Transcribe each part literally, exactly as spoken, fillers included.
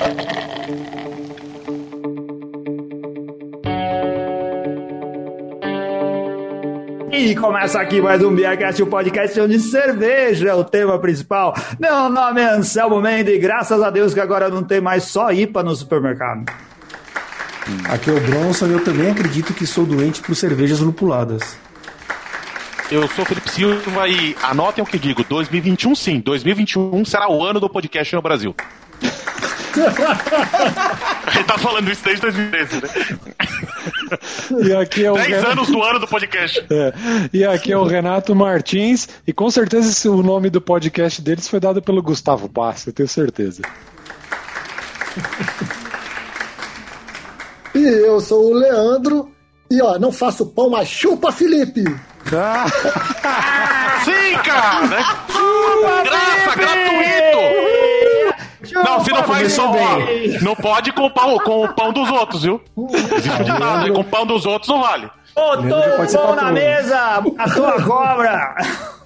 E começa aqui mais um Beercast, o podcast onde cerveja é o tema principal. Meu nome é Anselmo Mendes e graças a Deus que agora não tem mais só I P A no supermercado. Aqui é o Bronson e eu também acredito que sou doente por cervejas lupuladas. Eu sou o Felipe Silva e anotem o que digo, dois mil e vinte e um sim, dois mil e vinte e um será o ano do podcast no Brasil. Ele tá falando isso desde dois mil e treze, né? E aqui é o dez Renato... anos do ano do podcast. É. E aqui é o Renato Martins, e com certeza o nome do podcast deles foi dado pelo Gustavo Passe, eu tenho certeza. E eu sou o Leandro, e ó, não faço pão, mas chupa, Felipe! Ah. Sim, cara! Né? Graça, gratuito! Não, se não faz só, ó, não pode com o pão, com o pão dos outros, viu? Existe o ditado, com o pão dos outros não vale. Botou o pão na mesa, a tua cobra!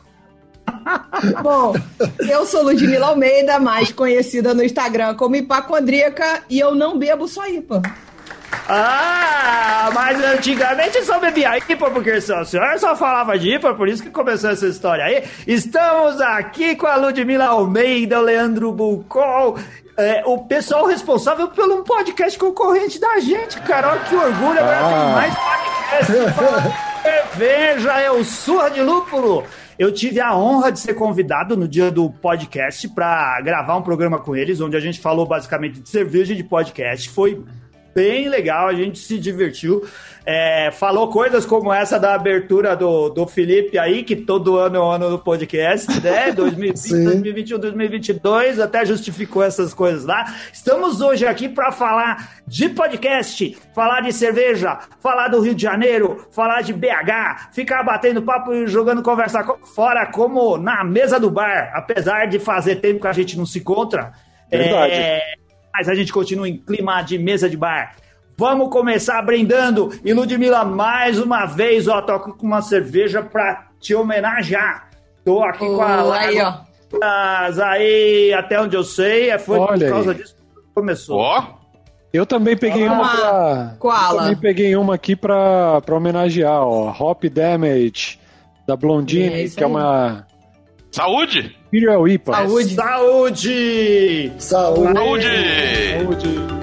Bom, eu sou Ludmila Almeida, mais conhecida no Instagram como Hipacondríaca, e eu não bebo só I P A. Ah, mas antigamente eu só bebia I P A, porque só, a senhora só falava de I P A, por isso que começou essa história aí. Estamos aqui com a Ludmila Almeida, o Leandro Bucol, é, o pessoal responsável por um podcast concorrente da gente, cara. Olha que orgulho, agora ah. tem mais podcast. Cerveja é o Surra de Lúpulo. Eu tive a honra de ser convidado no dia do podcast para gravar um programa com eles, onde a gente falou basicamente de cerveja e de podcast. Foi bem legal, a gente se divertiu. É, falou coisas como essa da abertura do, do Felipe aí, que todo ano é o ano do podcast, né? dois mil e vinte, dois mil e vinte e um, dois mil e vinte e dois, até justificou essas coisas lá. Estamos hoje aqui para falar de podcast, falar de cerveja, falar do Rio de Janeiro, falar de B H, ficar batendo papo e jogando conversa fora como na mesa do bar, apesar de fazer tempo que a gente não se encontra. Verdade. É, mas a gente continua em clima de mesa de bar. Vamos começar brindando. E Ludmila, mais uma vez, ó, tô aqui com uma cerveja pra te homenagear. Tô aqui oh, com a aí, ó. Mas aí, até onde eu sei, foi Olha por causa aí. disso que começou. Ó. Eu também peguei ah, uma pra... Koala. Eu também peguei uma aqui pra, pra homenagear, ó. Hop Damage, da Blondine, é que é uma... Saúde! Imperial I P A. Saúde! Saúde! Saúde! Saúde! Saúde!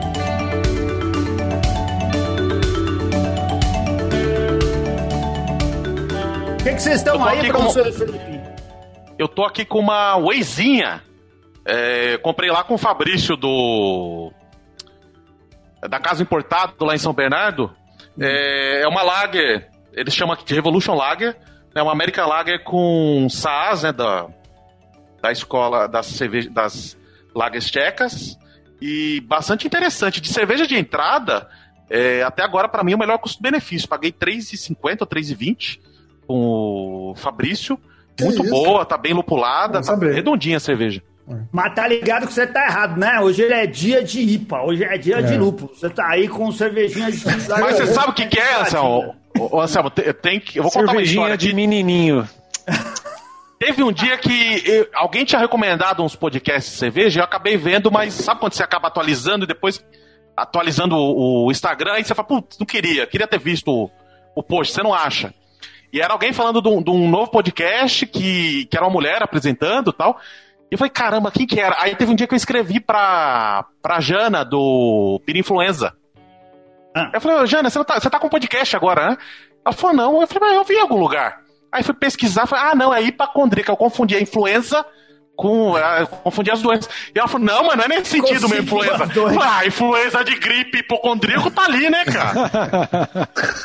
O que vocês estão aí, professor como... Felipe? Eu tô aqui com uma Wheyzinha. É, comprei lá com o Fabrício do... da Casa Importado, lá em São Bernardo. Hum. É, é uma lager, eles chamam aqui de Revolution Lager. É uma American Lager com S A S, né, da, da escola das, cerveja, das lagers tchecas. E bastante interessante. De cerveja de entrada, é, até agora, para mim, é o melhor custo-benefício. Paguei três reais e cinquenta ou três reais e vinte com o Fabrício. Que muito isso? Boa, tá bem lupulada, tá redondinha a cerveja. Mas tá ligado que você tá errado, né? Hoje é dia de I P A, hoje é dia é. de lúpulo. Você tá aí com cervejinha de... Mas você sabe o que, que é, Anselmo? Ô, Anselmo, tem, tem que... Eu vou contar uma história de aqui. menininho. Teve um dia que eu, alguém tinha recomendado uns podcasts de cerveja, eu acabei vendo, mas sabe quando você acaba atualizando e depois atualizando o, o Instagram, e você fala, putz, não queria, queria ter visto o, o post, você não acha. E era alguém falando de um, de um novo podcast que, que era uma mulher apresentando e tal. E eu falei, caramba, quem que era? Aí teve um dia que eu escrevi pra, pra Jana, do Pirinfluenza. Ah. Eu falei, Jana, você, não tá, você tá com podcast agora, né? Ela falou, não. Eu falei, mas eu vi em algum lugar. Aí fui pesquisar, falei, ah, não, é hipacondríaca. Eu confundi a influenza com... Eu confundi as doenças. E ela falou, não, mas não é nesse sentido, minha influenza. Ah, influenza de gripe hipocondríaco tá ali, né, cara?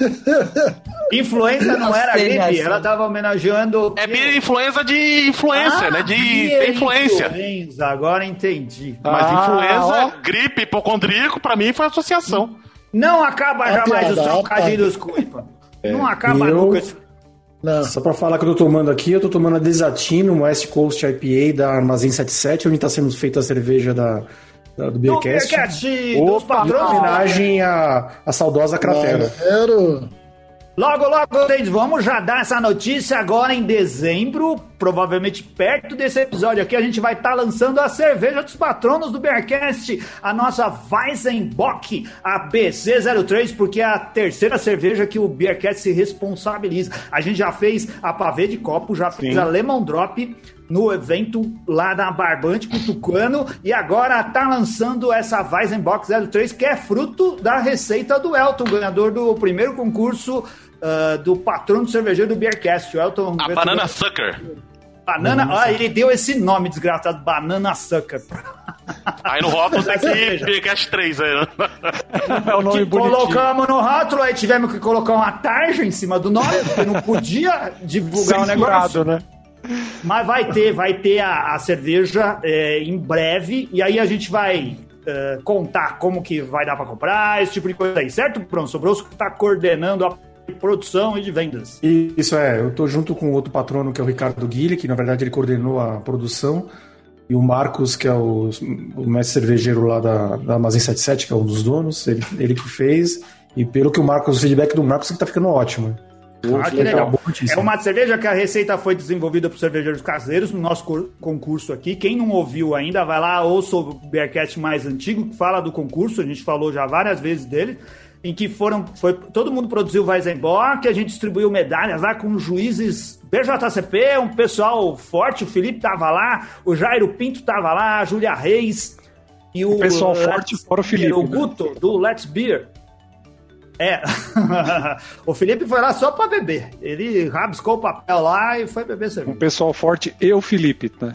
Influenza não era gripe, ela tava homenageando... É bem influenza de influência, ah, né? De ter influência. Influenza, agora entendi. Mas ah, influenza, ó. gripe, hipocondríaco, pra mim foi associação. Não acaba jamais os trocadilhos com I P A. É. Não acaba eu... nunca isso. Não. Só pra falar que eu tô tomando aqui, eu tô tomando a Desatino, West Coast I P A da Armazém setenta e sete, onde tá sendo feita a cerveja da, da, do Beercast. Do Beercast, dos patrões. Em homenagem à, à saudosa Cratera. Quero. Logo, logo, gente, vamos já dar essa notícia agora em dezembro, provavelmente perto desse episódio aqui, a gente vai estar tá lançando a cerveja dos patronos do Beercast, a nossa Weizenbock, a B C zero três, porque é a terceira cerveja que o Beercast se responsabiliza. A gente já fez a pavê de copo, já fez Sim. a Lemon Drop no evento lá da Barbante com o Tucano, e agora tá lançando essa Weizenbock zero três, que é fruto da receita do Elton, ganhador do primeiro concurso Uh, do patrono do cervejeiro do Beercast, o Elton. A Banana Sucker. Banana, ah, ele deu esse nome desgraçado, Banana Sucker. Aí no rótulo tem que ir Beercast três aí, né? É o nome bonitinho. Colocamos no rótulo, aí tivemos que colocar uma tarja em cima do nome, porque não podia divulgar o negócio. Né? Mas vai ter, vai ter a, a cerveja é, em breve, e aí a gente vai uh, contar como que vai dar pra comprar, esse tipo de coisa aí, certo, Bruno? O Brosco tá coordenando a produção e de vendas. Isso é, eu tô junto com outro patrono que é o Ricardo Guilherme, que na verdade ele coordenou a produção, e o Marcos, que é o, o mestre cervejeiro lá da, da Armazém setenta e sete, que é um dos donos, ele, ele que fez, e pelo que o Marcos, o feedback do Marcos é que tá ficando ótimo. Ah, que legal. É uma cerveja que a receita foi desenvolvida por cervejeiros caseiros no nosso concurso aqui. Quem não ouviu ainda, vai lá, ouça o Beercast mais antigo, que fala do concurso, a gente falou já várias vezes dele, em que foram, foi, todo mundo produziu Weizenbock, a gente distribuiu medalhas lá com juízes B J C P, um pessoal forte, o Felipe tava lá, o Jairo Pinto tava lá, a Júlia Reis e o... O pessoal forte fora o Felipe. O Guto, né? Do Let's Beer. É, o Felipe foi lá só pra beber, ele rabiscou o papel lá e foi beber cerveja. O pessoal forte e o Felipe, né?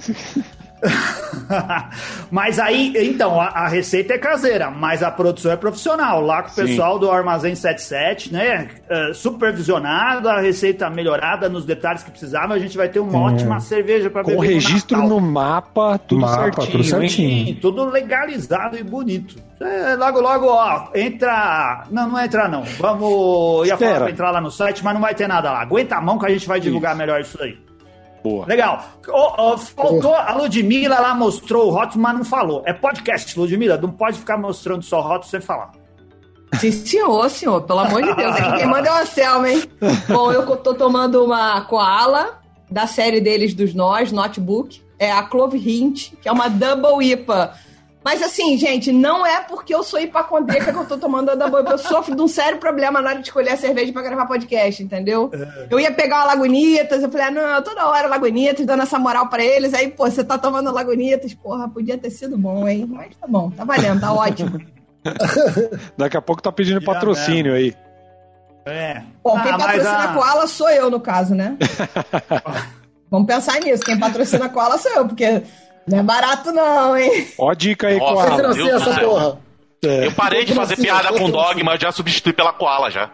Mas aí, então, a, a receita é caseira, mas a produção é profissional, lá com o pessoal Sim. do Armazém setenta e sete, né, uh, supervisionado, a receita melhorada nos detalhes que precisava, a gente vai ter uma é. ótima cerveja para beber. Com registro no, no mapa, tudo mapa, certinho, tudo certinho. Sim, tudo legalizado e bonito. É, logo, logo, ó, entra... Não, não é entrar não, vamos... Ia falar pra entrar lá no site, mas não vai ter nada lá. Aguenta a mão que a gente vai divulgar isso. melhor isso aí. Boa. Legal. Oh, oh, faltou, a Ludmilla, ela mostrou o rótulo, mas não falou. É podcast, Ludmilla, não pode ficar mostrando só o rótulo sem falar. Sim, senhor, senhor, pelo amor de Deus. Aqui quem manda é o Anselmo, hein? Bom, eu tô tomando uma Koala, da série deles dos Nós, Notebook, é a Clove Hint, que é uma Double I P A. Mas assim, gente, não é porque eu sou hipacondríaca que eu tô tomando a Double I P A. Eu sofro de um sério problema na hora de escolher a cerveja pra gravar podcast, entendeu? É. Eu ia pegar uma Lagunitas, eu falei, ah, não, toda hora Lagunitas, dando essa moral pra eles. Aí, pô, você tá tomando Lagunitas, porra, podia ter sido bom, hein? Mas tá bom, tá valendo, tá ótimo. Daqui a pouco tá pedindo patrocínio aí. É. Bom, quem ah, patrocina a... a Koala sou eu, no caso, né? Vamos pensar nisso, quem patrocina a Koala sou eu, porque... Não é barato não, hein? Ó dica aí, Nossa, Koala. Eu financei essa porra. É. Eu parei de fazer piada com dog, mas já substituí pela Koala, já.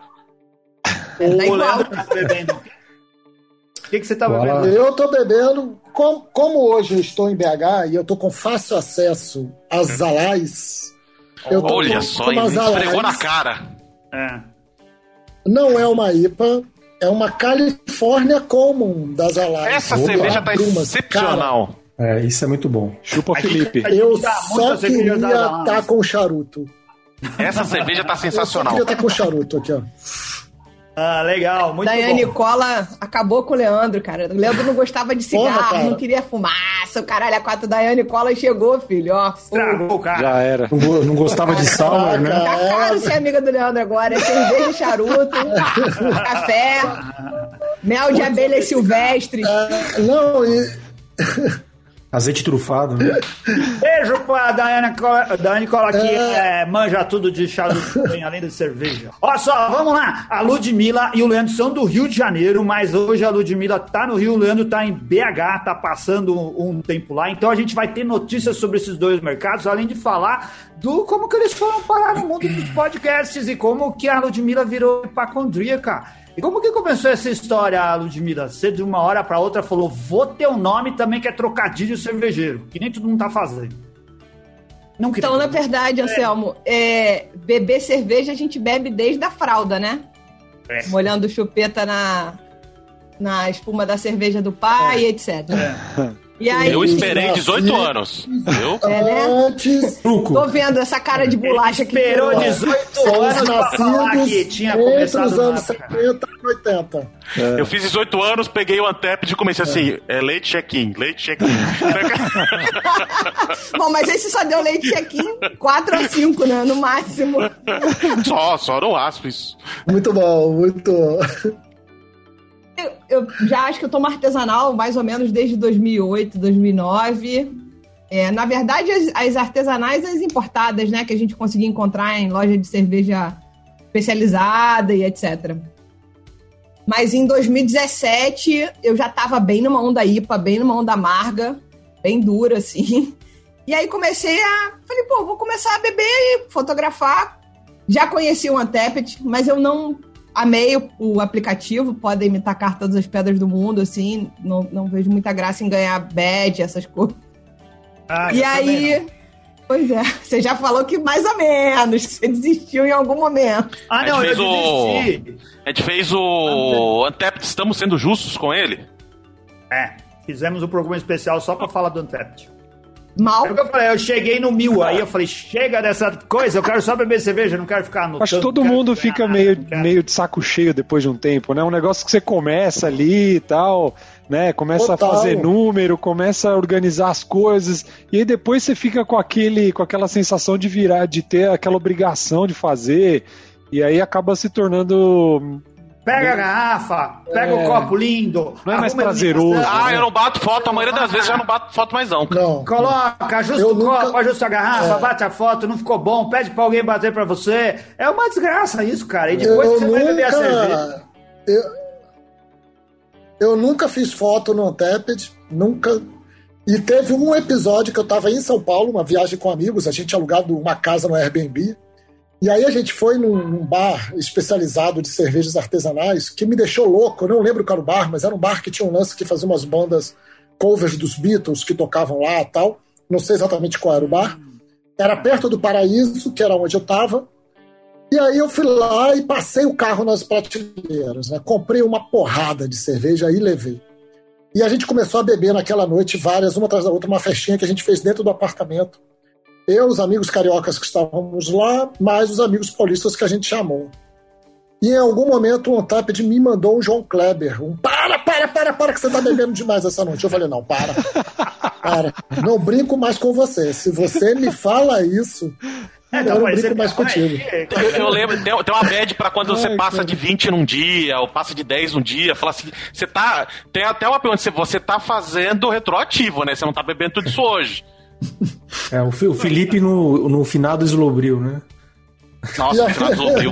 O Leandro tá bebendo. O que, que você tá Koala. bebendo? Eu tô bebendo, como, como hoje eu estou em B H e eu tô com fácil acesso às Zalais. Eu tô Olha com, só, com me esfregou na Zalais. cara. É. Não é uma I P A, é uma California Common das Zalais. Essa Opa. cerveja tá Brumas, excepcional. Cara, É, isso é muito bom. Chupa, Felipe. Eu só queria estar tá com charuto. Essa cerveja tá sensacional. Eu só queria estar tá com charuto aqui, ó. Ah, legal, muito Daiane bom. Cola acabou com o Leandro, cara. O Leandro não gostava de cigarro, Porra, não queria fumaça. O caralho, a quatro Daiane Cola chegou, filho, ó. Estragou, cara. Já era. Não, go- não gostava de sour, né? Tá caro ser amiga do Leandro agora. É cerveja, charuto, café, mel de abelha silvestre. É, não, e... Azeite trufado. Né? Beijo pra Daiane Cola, Daiane Cola que é. É, manja tudo de charuto, além de cerveja. Olha só, vamos lá. A Ludmilla e o Leandro são do Rio de Janeiro, mas hoje a Ludmilla tá no Rio, o Leandro tá em B H, tá passando um tempo lá. Então a gente vai ter notícias sobre esses dois mercados, além de falar do como que eles foram parar no mundo dos podcasts e como que a Ludmilla virou hipacondríaca. E como que começou essa história, Ludmilla? Você de uma hora pra outra falou, vou ter um nome também que é trocadilho cervejeiro, que nem todo mundo tá fazendo. Não queria Então, na verdade, Anselmo, é, beber cerveja a gente bebe desde a fralda, né? É. Molhando chupeta na, na espuma da cerveja do pai, É. etcétera. É. E aí, eu esperei dezoito anos. Viu? É, né? Antes. Tô vendo essa cara de bolacha aqui. Esperou dezoito anos pra falar que tinha entre começado os anos lá, setenta e oitenta. É. Eu fiz dezoito anos, peguei o Untapped e comecei assim, é leite check-in, leite check-in. Bom, mas esse só deu leite check-in quatro ou cinco, né? No máximo. Só, só no aspo isso. Muito bom, muito bom. Eu, eu já acho que eu tomo artesanal mais ou menos desde dois mil e oito, dois mil e nove. É, na verdade, as, as artesanais, as importadas, né? Que a gente conseguia encontrar em loja de cerveja especializada e etcétera. Mas em dois mil e dezessete, eu já tava bem numa onda I P A, bem numa onda amarga, bem dura, assim. E aí comecei a... Falei, pô, vou começar a beber e fotografar. Já conheci o Untapped, mas eu não... Amei o, o aplicativo, podem me tacar todas as pedras do mundo, assim, não, não vejo muita graça em ganhar badge, essas coisas. Ah, e aí, pois é, você já falou que mais ou menos, que você desistiu em algum momento. Ah, não, a gente eu fez desisti. o... A gente fez o Untapped, estamos sendo justos com ele? É, fizemos um programa especial só pra falar do Untapped. Mal. É o que eu falei, eu cheguei no mil, aí eu falei, chega dessa coisa, eu quero só beber cerveja, não quero ficar anotando. Acho que todo mundo fica meio, meio de saco cheio depois de um tempo, né? Um negócio que você começa ali e tal, né? Começa Total. a fazer número, começa a organizar as coisas, e aí depois você fica com aquele, com aquela sensação de virar, de ter aquela obrigação de fazer, e aí acaba se tornando... Pega a garrafa, pega é. o copo lindo. Não é mais prazeroso. Ah, eu não bato foto, a maioria das vezes eu não bato foto mais não. não. Coloca, ajusta eu o nunca... copo, ajusta a garrafa, é. bate a foto, não ficou bom, pede pra alguém bater pra você. É uma desgraça isso, cara. E depois eu você nunca... vai beber a cerveja. Eu... eu nunca fiz foto no Untapped, nunca... E teve um episódio que eu tava em São Paulo, uma viagem com amigos, a gente tinha alugado uma casa no Airbnb. E aí a gente foi num, num bar especializado de cervejas artesanais que me deixou louco, eu não lembro qual era o bar, mas era um bar que tinha um lance que fazia umas bandas covers dos Beatles que tocavam lá e tal, não sei exatamente qual era o bar, era perto do Paraíso, que era onde eu tava, e aí eu fui lá e passei o carro nas prateleiras, né? Comprei uma porrada de cerveja e levei. E a gente começou a beber naquela noite várias, uma atrás da outra, uma festinha que a gente fez dentro do apartamento. Eu, os amigos cariocas que estávamos lá, mais os amigos paulistas que a gente chamou. E em algum momento o Untapped me mandou um João Kleber. Um para, para, para, para, que você está bebendo demais essa noite. Eu falei, não, para. Para. Não brinco mais com você. Se você me fala isso, é, eu não brinco mais contigo. Eu, eu lembro, tem, tem uma bad pra quando você Ai, passa cara. de vinte num dia, ou passa de dez num dia. Fala assim, você tá... Tem até uma pergunta, você tá fazendo retroativo, né? Você não tá bebendo tudo isso hoje. É, o Felipe no, no finado Slobril, né? Nossa, no finado Slobril.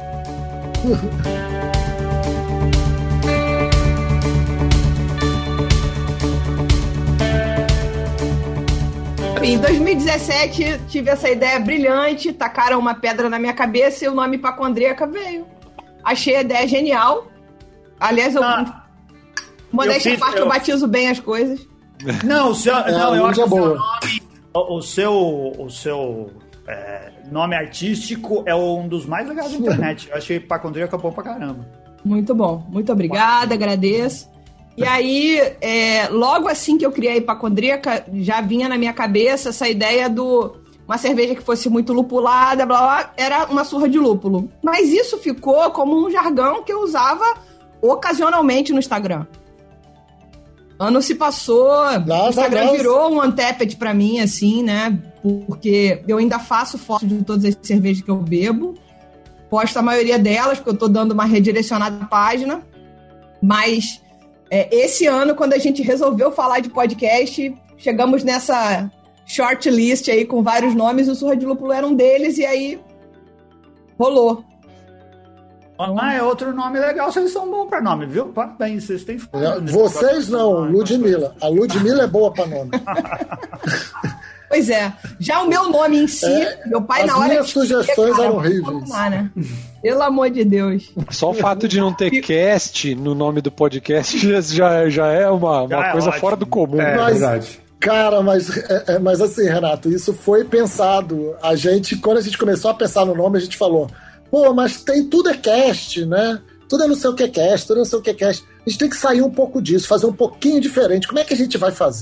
Em dois mil e dezessete, tive essa ideia brilhante, tacaram uma pedra na minha cabeça e o nome Hipacondríaca veio. Achei a ideia genial. Aliás, eu... Ah, modéstia à parte, eu... eu batizo bem as coisas. Não, o seu, é, não eu acho que o boa. seu nome, o seu, o seu é, nome artístico é um dos mais legais da internet. Eu achei Hipacondríaca bom pra caramba. Muito bom, muito obrigada, agradeço. E aí, é, logo assim que eu criei a Hipacondríaca, já vinha na minha cabeça essa ideia do uma cerveja que fosse muito lupulada, blá, blá, era uma surra de lúpulo. Mas isso ficou como um jargão que eu usava ocasionalmente no Instagram. Ano se passou, nossa, o Instagram nossa. virou um Untapped pra mim, assim, né? Porque eu ainda faço foto de todas as cervejas que eu bebo. Posto a maioria delas, porque eu tô dando uma redirecionada na página. Mas é, esse ano, quando a gente resolveu falar de podcast, chegamos nessa shortlist aí com vários nomes, o Surra de Lúpulo era um deles, e aí rolou. Ah, é outro nome legal, vocês são bons pra nome, viu? Parabéns, vocês têm... Vocês não, Ludmilla. A Ludmilla é boa pra nome. Pois é. Já o meu nome em si, é, meu pai na hora... As minhas sugestões eram horríveis. Lá, né? Pelo amor de Deus. Só o fato de não ter cast no nome do podcast já, já é uma, já uma é coisa ótimo. Fora do comum. É, mas, verdade. Cara, mas, é, mas assim, Renato, isso foi pensado. A gente, quando a gente começou a pensar no nome, a gente falou... Pô, mas tem tudo é cast, né? Tudo é não sei o que é cast, tudo é não sei o que é cast. A gente tem que sair um pouco disso, fazer um pouquinho diferente. Como é que a gente vai fazer?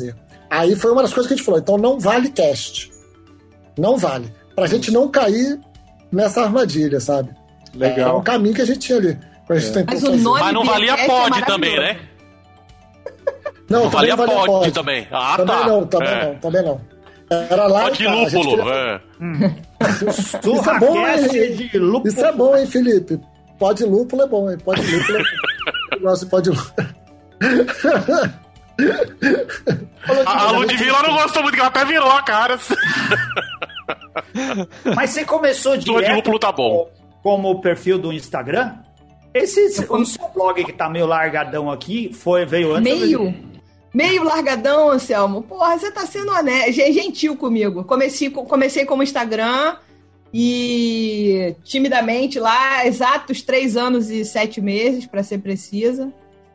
Aí foi uma das coisas que a gente falou, então não vale cast. Não vale. Pra gente não cair nessa armadilha, sabe? Legal. É um caminho que a gente tinha ali. A gente tentou Mas o fazer. nome Mas não valia Beercast é pod também, maravilhoso. né? Não, Não também valia valia pod pod. também. Ah, também tá. não, também É. não, também não. Era lá Pod de cara, a gente lúpulo. queria- É. Isso é bom, Surracast hein? de lúpulo. Isso é bom, hein, Felipe? Pode lúpulo é bom, hein? Pode lúpulo é bom. Eu gosto de pode lúpulo. A, a Ludmilla não gostou muito, que ela até virou a cara. Mas você começou Pod de direto lúpulo tá bom. como o perfil do Instagram? Esse, o seu blog que tá meio largadão aqui, foi, veio antes? Meio. Meio largadão, Anselmo. Porra, você tá sendo honesto, gentil comigo. Comecei, comecei como Instagram e timidamente lá, exatos três anos e sete meses, pra ser precisa.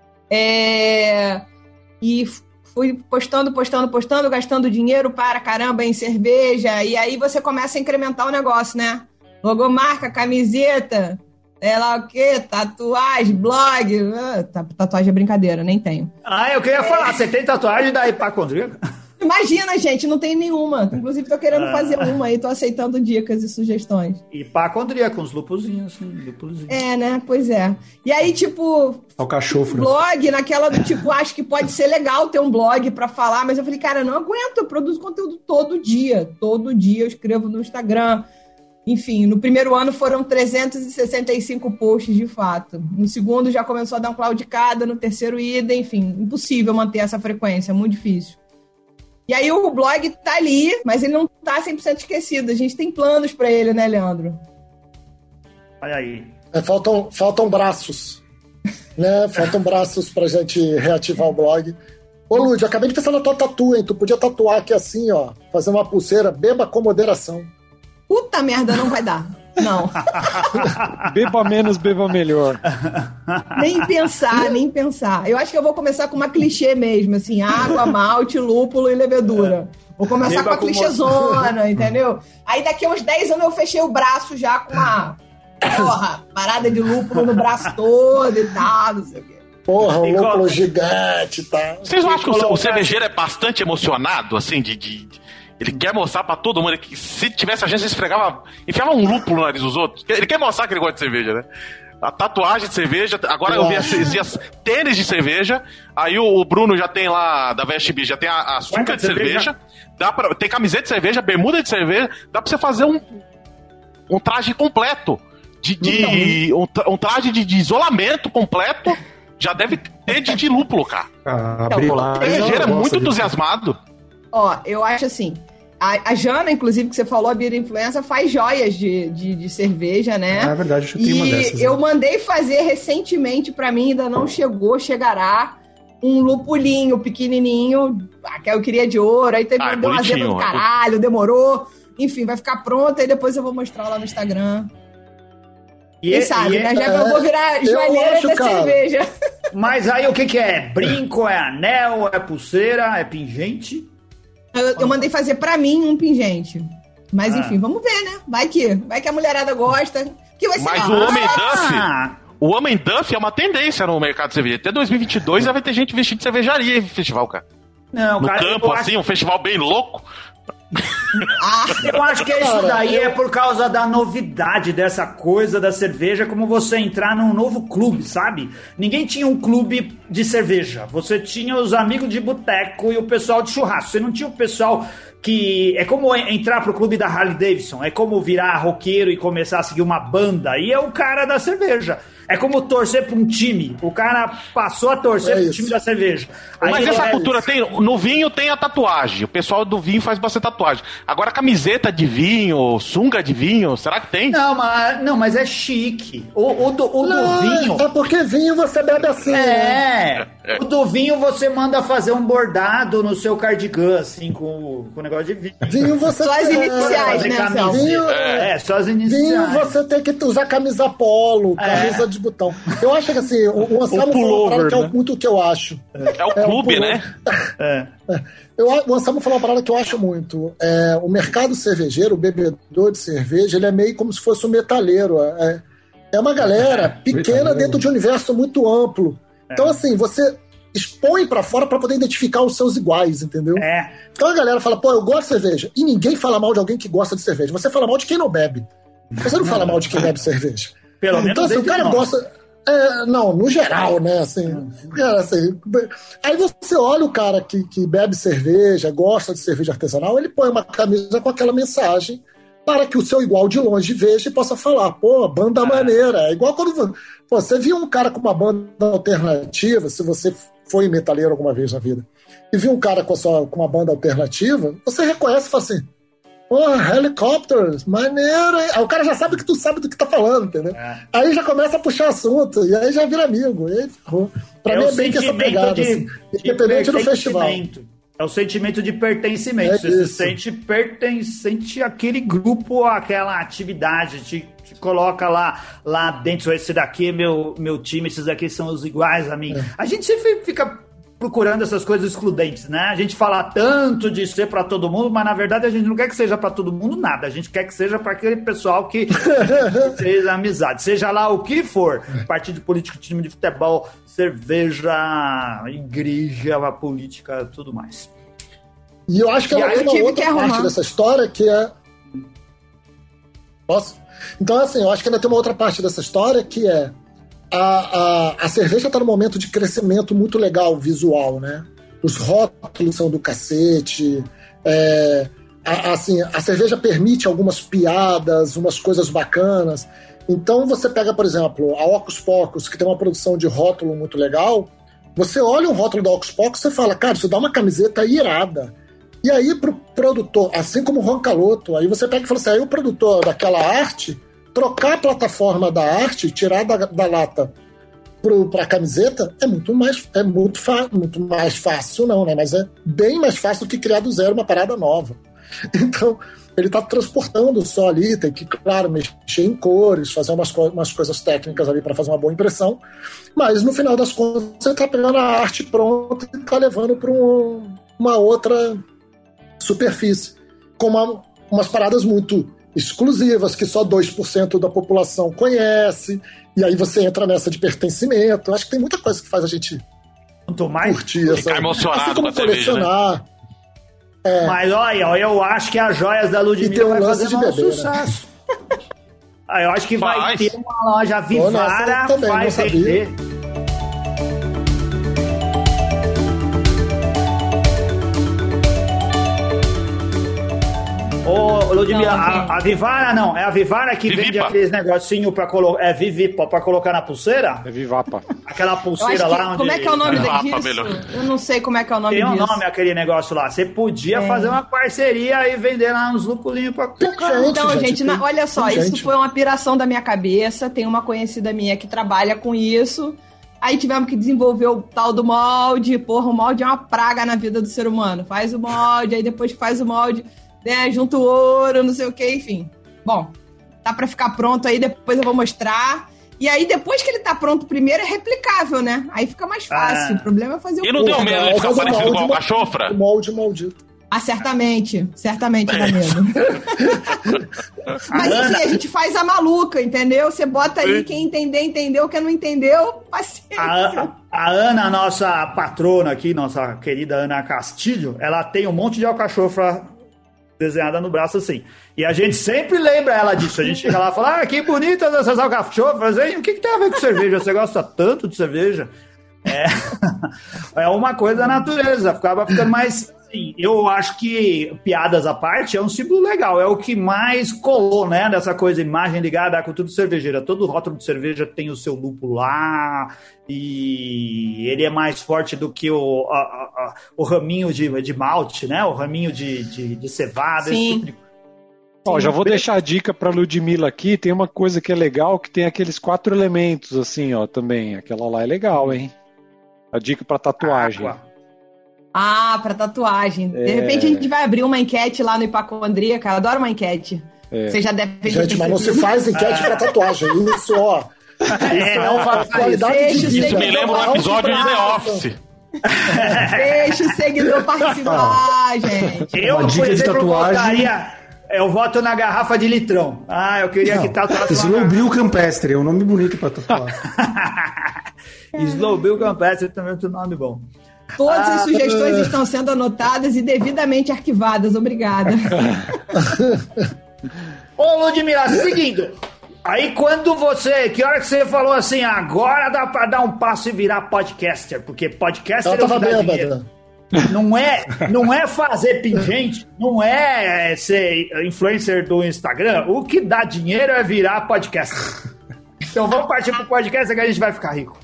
É... E fui postando, postando, postando, gastando dinheiro para caramba em cerveja. E aí você começa a incrementar o negócio, né? Logomarca, camiseta, sei lá o quê, tatuagem, blog. Ah, tatuagem é brincadeira, nem tenho. Ah, eu queria falar, você tem tatuagem da hipacondríaca? Imagina, gente, não tem nenhuma. Inclusive, tô querendo fazer uma aí, tô aceitando dicas e sugestões. Hipacondríaca, uns lupuzinhos, assim, lupuzinhos. É, né? Pois é. E aí, tipo, Alcachofra. blog, naquela do tipo, acho que pode ser legal ter um blog pra falar, mas eu falei, cara, não aguento, eu produzo conteúdo todo dia. Todo dia eu escrevo no Instagram. Enfim, no primeiro ano foram trezentos e sessenta e cinco posts de fato. No segundo já começou a dar um claudicada, no terceiro ida, enfim, impossível manter essa frequência, muito difícil. E aí o blog tá ali, mas ele não tá cem por cento esquecido. A gente tem planos pra ele, né, Leandro? Olha aí. É, faltam, faltam braços. Né? Faltam braços pra gente reativar o blog. Ô, Lud, eu acabei de pensar na tua tatu, hein? Tu podia tatuar aqui assim, ó. Fazer uma pulseira, beba com moderação. Puta merda, não vai dar. Não. Beba menos, beba melhor. Nem pensar, nem pensar. Eu acho que eu vou começar com uma clichê mesmo, assim, água, malte, lúpulo e levedura. Vou começar Beba com a com clichêzona, entendeu? Aí daqui a uns dez anos eu fechei o braço já com uma, porra, parada de lúpulo no braço todo e tal, não sei o quê. Porra, um E lúpulo coloca- gigante e tal. Vocês não acham que o, colocar- o cervejeiro é bastante emocionado, assim, de... de- de- ele quer mostrar pra todo mundo que se tivesse a gente, ele esfregava, enfiava um lúpulo no nariz dos outros. Ele quer mostrar que ele gosta de cerveja, né? A tatuagem de cerveja, agora eu vi esses dias tênis de cerveja, aí o, o Bruno já tem lá, da Veste B, já tem a, a sunga Cueca de de cerveja, cerveja. dá pra, tem camiseta de cerveja, bermuda de cerveja, dá pra você fazer um, um traje completo, de, de- um, tra- um traje de, de isolamento completo, já deve ter de, de lúpulo, cara. A Então, Brilagem, O cervejeiro é ela muito gosta disso. entusiasmado. Ó, eu acho assim, a, a Jana, inclusive, que você falou, a Beer Influencer, faz joias de, de, de cerveja, né? Ah, é verdade, eu tenho uma E dessas. eu né? mandei fazer recentemente, pra mim ainda não chegou, chegará, um lupulinho pequenininho, ah, que eu queria de ouro, aí teve Ah, é deu uma zebra bonitinho, do é caralho, demorou. Enfim, vai ficar pronta e depois eu vou mostrar lá no Instagram. E Quem é- sabe, e é- né? Já eu vou virar eu joalheira acho, da cara. cerveja. Mas aí o que que é? Brinco, é anel, é pulseira, é pingente? Eu, eu mandei fazer pra mim um pingente. Mas Ah. enfim, vamos ver, né? Vai que, vai que a mulherada gosta. Que vai ser Mas o legal. homem Duff, Ah, o homem Duff é uma tendência no mercado de cerveja. Até dois mil e vinte e dois já vai ter gente vestida de cervejaria em festival, cara. não, No cara, campo, eu acho- assim, um festival bem louco. Ah, Eu acho que isso Cara, daí eu- é por causa da novidade dessa coisa da cerveja, como você entrar num novo clube, sabe? Ninguém tinha um clube de cerveja. Você tinha os amigos de boteco e o pessoal de churrasco. Você não tinha o pessoal que... É como entrar pro clube da Harley Davidson. É como virar roqueiro e começar a seguir uma banda. E é o cara da cerveja. É como torcer pra um time. O cara passou a torcer É pro isso. time da cerveja. Aí Mas ele essa é- cultura tem. No vinho tem a tatuagem. O pessoal do vinho faz bastante tatuagem. Agora, camiseta de vinho, sunga de vinho, será que tem? Não, mas, não, mas é chique. O, o do, o do Não, vinho... é porque vinho você bebe assim, né? É, o do vinho você manda fazer um bordado no seu cardigan, assim, com, o- com o negócio de vinho. Vinho você Só as tem- iniciais, Fazer né, camiseta. Celso? Vinho- É, só as Vinho iniciais. você tem que usar camisa polo, É. camisa de botão. Eu acho que assim, o, o Anselmo falou uma parada pullover, que é né? muito o que eu acho. É o É, clube, o né? É. Eu, o Anselmo falou uma parada que eu acho muito. É, o mercado cervejeiro, o bebedor de cerveja, ele é meio como se fosse um metalheiro. É, é uma galera pequena Metalheiro. dentro de um universo muito amplo. Então, assim, você expõe pra fora pra poder identificar os seus iguais, entendeu? É. Então a galera fala, pô, eu gosto de cerveja. E ninguém fala mal de alguém que gosta de cerveja. Você fala mal de quem não bebe. Você não fala mal de quem bebe cerveja. Pelo menos então, assim, o cara nós. gosta... É, não, no geral, né? Assim, cara, assim, aí você olha o cara que, que bebe cerveja, gosta de cerveja artesanal, ele põe uma camisa com aquela mensagem para que o seu igual de longe veja e possa falar, pô, banda é. maneira. É igual quando pô, você viu um cara com uma banda alternativa, se você foi metaleiro alguma vez na vida, e viu um cara com, a sua, com uma banda alternativa, você reconhece e fala assim, pô, Helicopters, maneiro, hein? Aí o cara já sabe que tu sabe do que tá falando, entendeu? É. Aí já começa a puxar assunto, e aí já vira amigo, e aí ferrou. Pra é mim é bem que essa pegada, de, assim, de independente do festival. É o sentimento de pertencimento. É Você isso. se sente pertencente àquele grupo, àquela atividade, te, te coloca lá, lá dentro, esse daqui é meu, meu time, esses daqui são os iguais a mim. É. A gente sempre fica procurando essas coisas excludentes, né? A gente fala tanto de ser pra todo mundo, mas na verdade a gente não quer que seja pra todo mundo nada. A gente quer que seja pra aquele pessoal que fez amizade. Seja lá o que for. Partido político, time de futebol, cerveja, igreja, política, tudo mais. E eu acho que ela tem uma outra parte dessa história que é... Posso? Então, assim, eu acho que ainda tem uma outra parte dessa história que é A, a, a cerveja está num momento de crescimento muito legal visual, né? Os rótulos são do cacete. É, a, assim, a cerveja permite algumas piadas, umas coisas bacanas. Então você pega, por exemplo, a Ocus Pocus, que tem uma produção de rótulo muito legal. Você olha o rótulo da Ocus Pocus e você fala, cara, isso dá uma camiseta irada. E aí pro produtor, assim como o Roncaloto, aí você pega e fala assim, aí o produtor daquela arte... trocar a plataforma da arte, tirar da, da lata para a camiseta, é muito mais, é muito, muito mais fácil, não, né? Mas é bem mais fácil do que criar do zero uma parada nova. Então, ele está transportando só ali, tem que, claro, mexer em cores, fazer umas, co umas coisas técnicas ali para fazer uma boa impressão, mas no final das contas, você está pegando a arte pronta e está levando para um, uma outra superfície, com uma, umas paradas muito exclusivas, que só dois por cento da população conhece, e aí você entra nessa de pertencimento. Acho que tem muita coisa que faz a gente Quanto mais curtir essa... Ficar emocionado assim como com a colecionar. Cerveja, né? É. Mas olha, eu acho que as joias da Ludmilla um vai fazer de um beber, sucesso. Né? Ah, eu acho que vai Faz. ter uma loja Vivara, também, vai vender. Ô, Ludmilla, a, a Vivara não, é a Vivara que Vivipa. Vende aqueles negocinho pra colocar. É Vivipa, pra colocar na pulseira? É Vivapa. Aquela pulseira lá onde. Como é que é o nome Vivapa, disso? melhor. Eu não sei como é que é o nome Tem um disso. nome aquele negócio lá. Você podia É. fazer uma parceria e vender lá uns lupulinhos pra colocar. Gente, Então, gente, gente, na- tem- olha só, tem isso gente. foi uma piração da minha cabeça. Tem uma conhecida minha que trabalha com isso. Aí tivemos que desenvolver o tal do molde. Porra, o molde é uma praga na vida do ser humano. Faz o molde, aí depois que faz o molde, né, junta o ouro, não sei o que, enfim. Bom, tá pra ficar pronto aí, depois eu vou mostrar. E aí, depois que ele tá pronto primeiro, é replicável, né? Aí fica mais fácil. Ah. O problema é fazer o E não corpo. deu medo de ficar Mas o parecido molde com a mal- cachofra? O molde maldito. Ah, certamente. Certamente dá medo. Mas enfim, a gente faz a maluca, entendeu? Você bota aí, quem entender, entendeu. Quem não entendeu, paciência. A, a Ana, nossa patrona aqui, nossa querida Ana Castilho, ela tem um monte de alcachofra desenhada no braço assim. E a gente sempre lembra ela disso. A gente chega lá e fala, ah, que bonitas essas alcachofras, hein? O que, que tem a ver com cerveja? Você gosta tanto de cerveja? É, é uma coisa da natureza. Ficava ficando mais... Assim, eu acho que, piadas à parte, é um símbolo legal. É o que mais colou, né? Dessa coisa, imagem ligada à cultura cervejeira. Todo rótulo de cerveja tem o seu lúpulo lá. E ele é mais forte do que o, a, a, o raminho de, de malte, né? O raminho de, de, de cevada. Sim. Esse tipo de... Ó, já vou deixar a dica pra Ludmilla aqui. Tem uma coisa que é legal, que tem aqueles quatro elementos, assim, ó, também. Aquela lá é legal, hein? A dica pra tatuagem. Água. Ah, pra tatuagem. De É. repente a gente vai abrir uma enquete lá no Hipacondríaca. Eu adoro uma enquete. É. Você já deve ter Gente, mas não se percebido. faz enquete pra tatuagem. Isso, ó. É, não faz Qualidade Deixa de o vida. Isso me lembra um episódio de The Office. Deixa o seguidor participar, gente. Eu, Uma por dica de exemplo, tatuagem. botaria, Eu voto na garrafa de litrão. Ah, eu queria Não, que tatuasse Slow Bill Campestre, é um nome bonito pra tatuar. Slow Bill Campestre também é outro nome bom. Todas Ah, as sugestões estão sendo anotadas e devidamente arquivadas. Obrigada. Ô, Ludmilla, seguindo. Aí quando você, que hora que você falou assim, agora dá pra dar um passo e virar podcaster, porque podcaster Ela é o tava que dá bêbada. dinheiro. Não é, não é fazer pingente, não é ser influencer do Instagram. O que dá dinheiro é virar podcaster. Então vamos partir pro podcast que a gente vai ficar rico.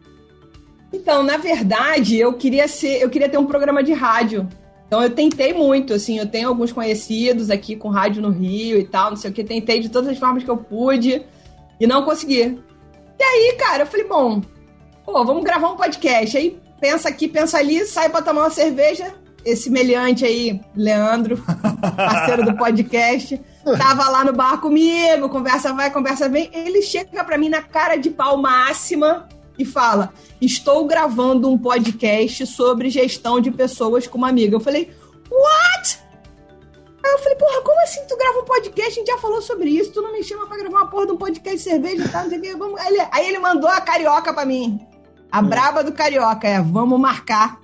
Então, na verdade, eu queria ser, eu queria ter um programa de rádio. Então eu tentei muito, assim, eu tenho alguns conhecidos aqui com rádio no Rio e tal, não sei o que, tentei de todas as formas que eu pude e não consegui. E aí, cara, eu falei, bom, pô, vamos gravar um podcast. Aí pensa aqui, pensa ali, sai pra tomar uma cerveja. Esse meliante aí, Leandro, parceiro do podcast, tava lá no bar comigo, conversa vai, conversa vem. Ele chega pra mim na cara de pau máxima e fala, estou gravando um podcast sobre gestão de pessoas com uma amiga. Eu falei, what? Aí eu falei, porra, como assim tu grava um podcast? A gente já falou sobre isso, tu não me chama pra gravar uma porra de um podcast de cerveja e tal, não sei o que. Vamos... Aí, ele, aí ele mandou a carioca pra mim. A braba do carioca é, vamos marcar.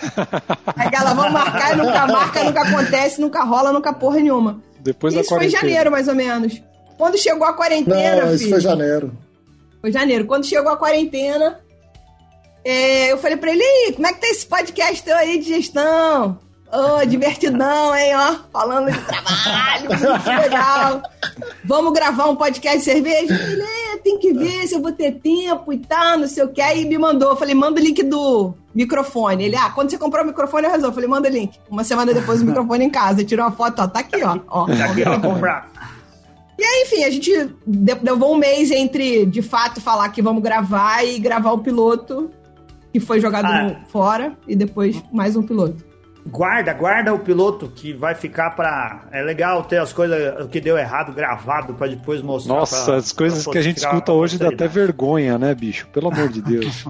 Aquela, vamos marcar e nunca marca, nunca acontece, nunca rola, nunca porra nenhuma. Depois da isso foi em quarentena. janeiro, mais ou menos. Quando chegou a quarentena, Não, isso filho, foi janeiro. Foi janeiro. Quando chegou a quarentena, é, eu falei pra ele, e aí, como é que tá esse podcast teu aí de gestão? Ô, oh, divertidão, hein, ó, falando de trabalho, muito legal. Vamos gravar um podcast de cerveja? Ele, é, tem que ver se eu vou ter tempo e tal, não sei o que. Aí me mandou, eu falei, manda o link do microfone. Ele, ah, quando você comprou o microfone, eu resolvo. Eu falei, manda o link. Uma semana depois, o microfone em casa. Ele tirou uma foto, ó, tá aqui, ó. ó Tá aqui, ó, comprar. E aí, enfim, a gente levou um mês entre, de fato, falar que vamos gravar e gravar o piloto, que foi jogado Ah. no, fora, e depois mais um piloto. Guarda, guarda o piloto que vai ficar pra... É legal ter as coisas, o que deu errado gravado pra depois mostrar. Nossa, pra, as coisas pra que a gente ficar escuta hoje dá até posteridade. vergonha, né, bicho? Pelo amor de Deus.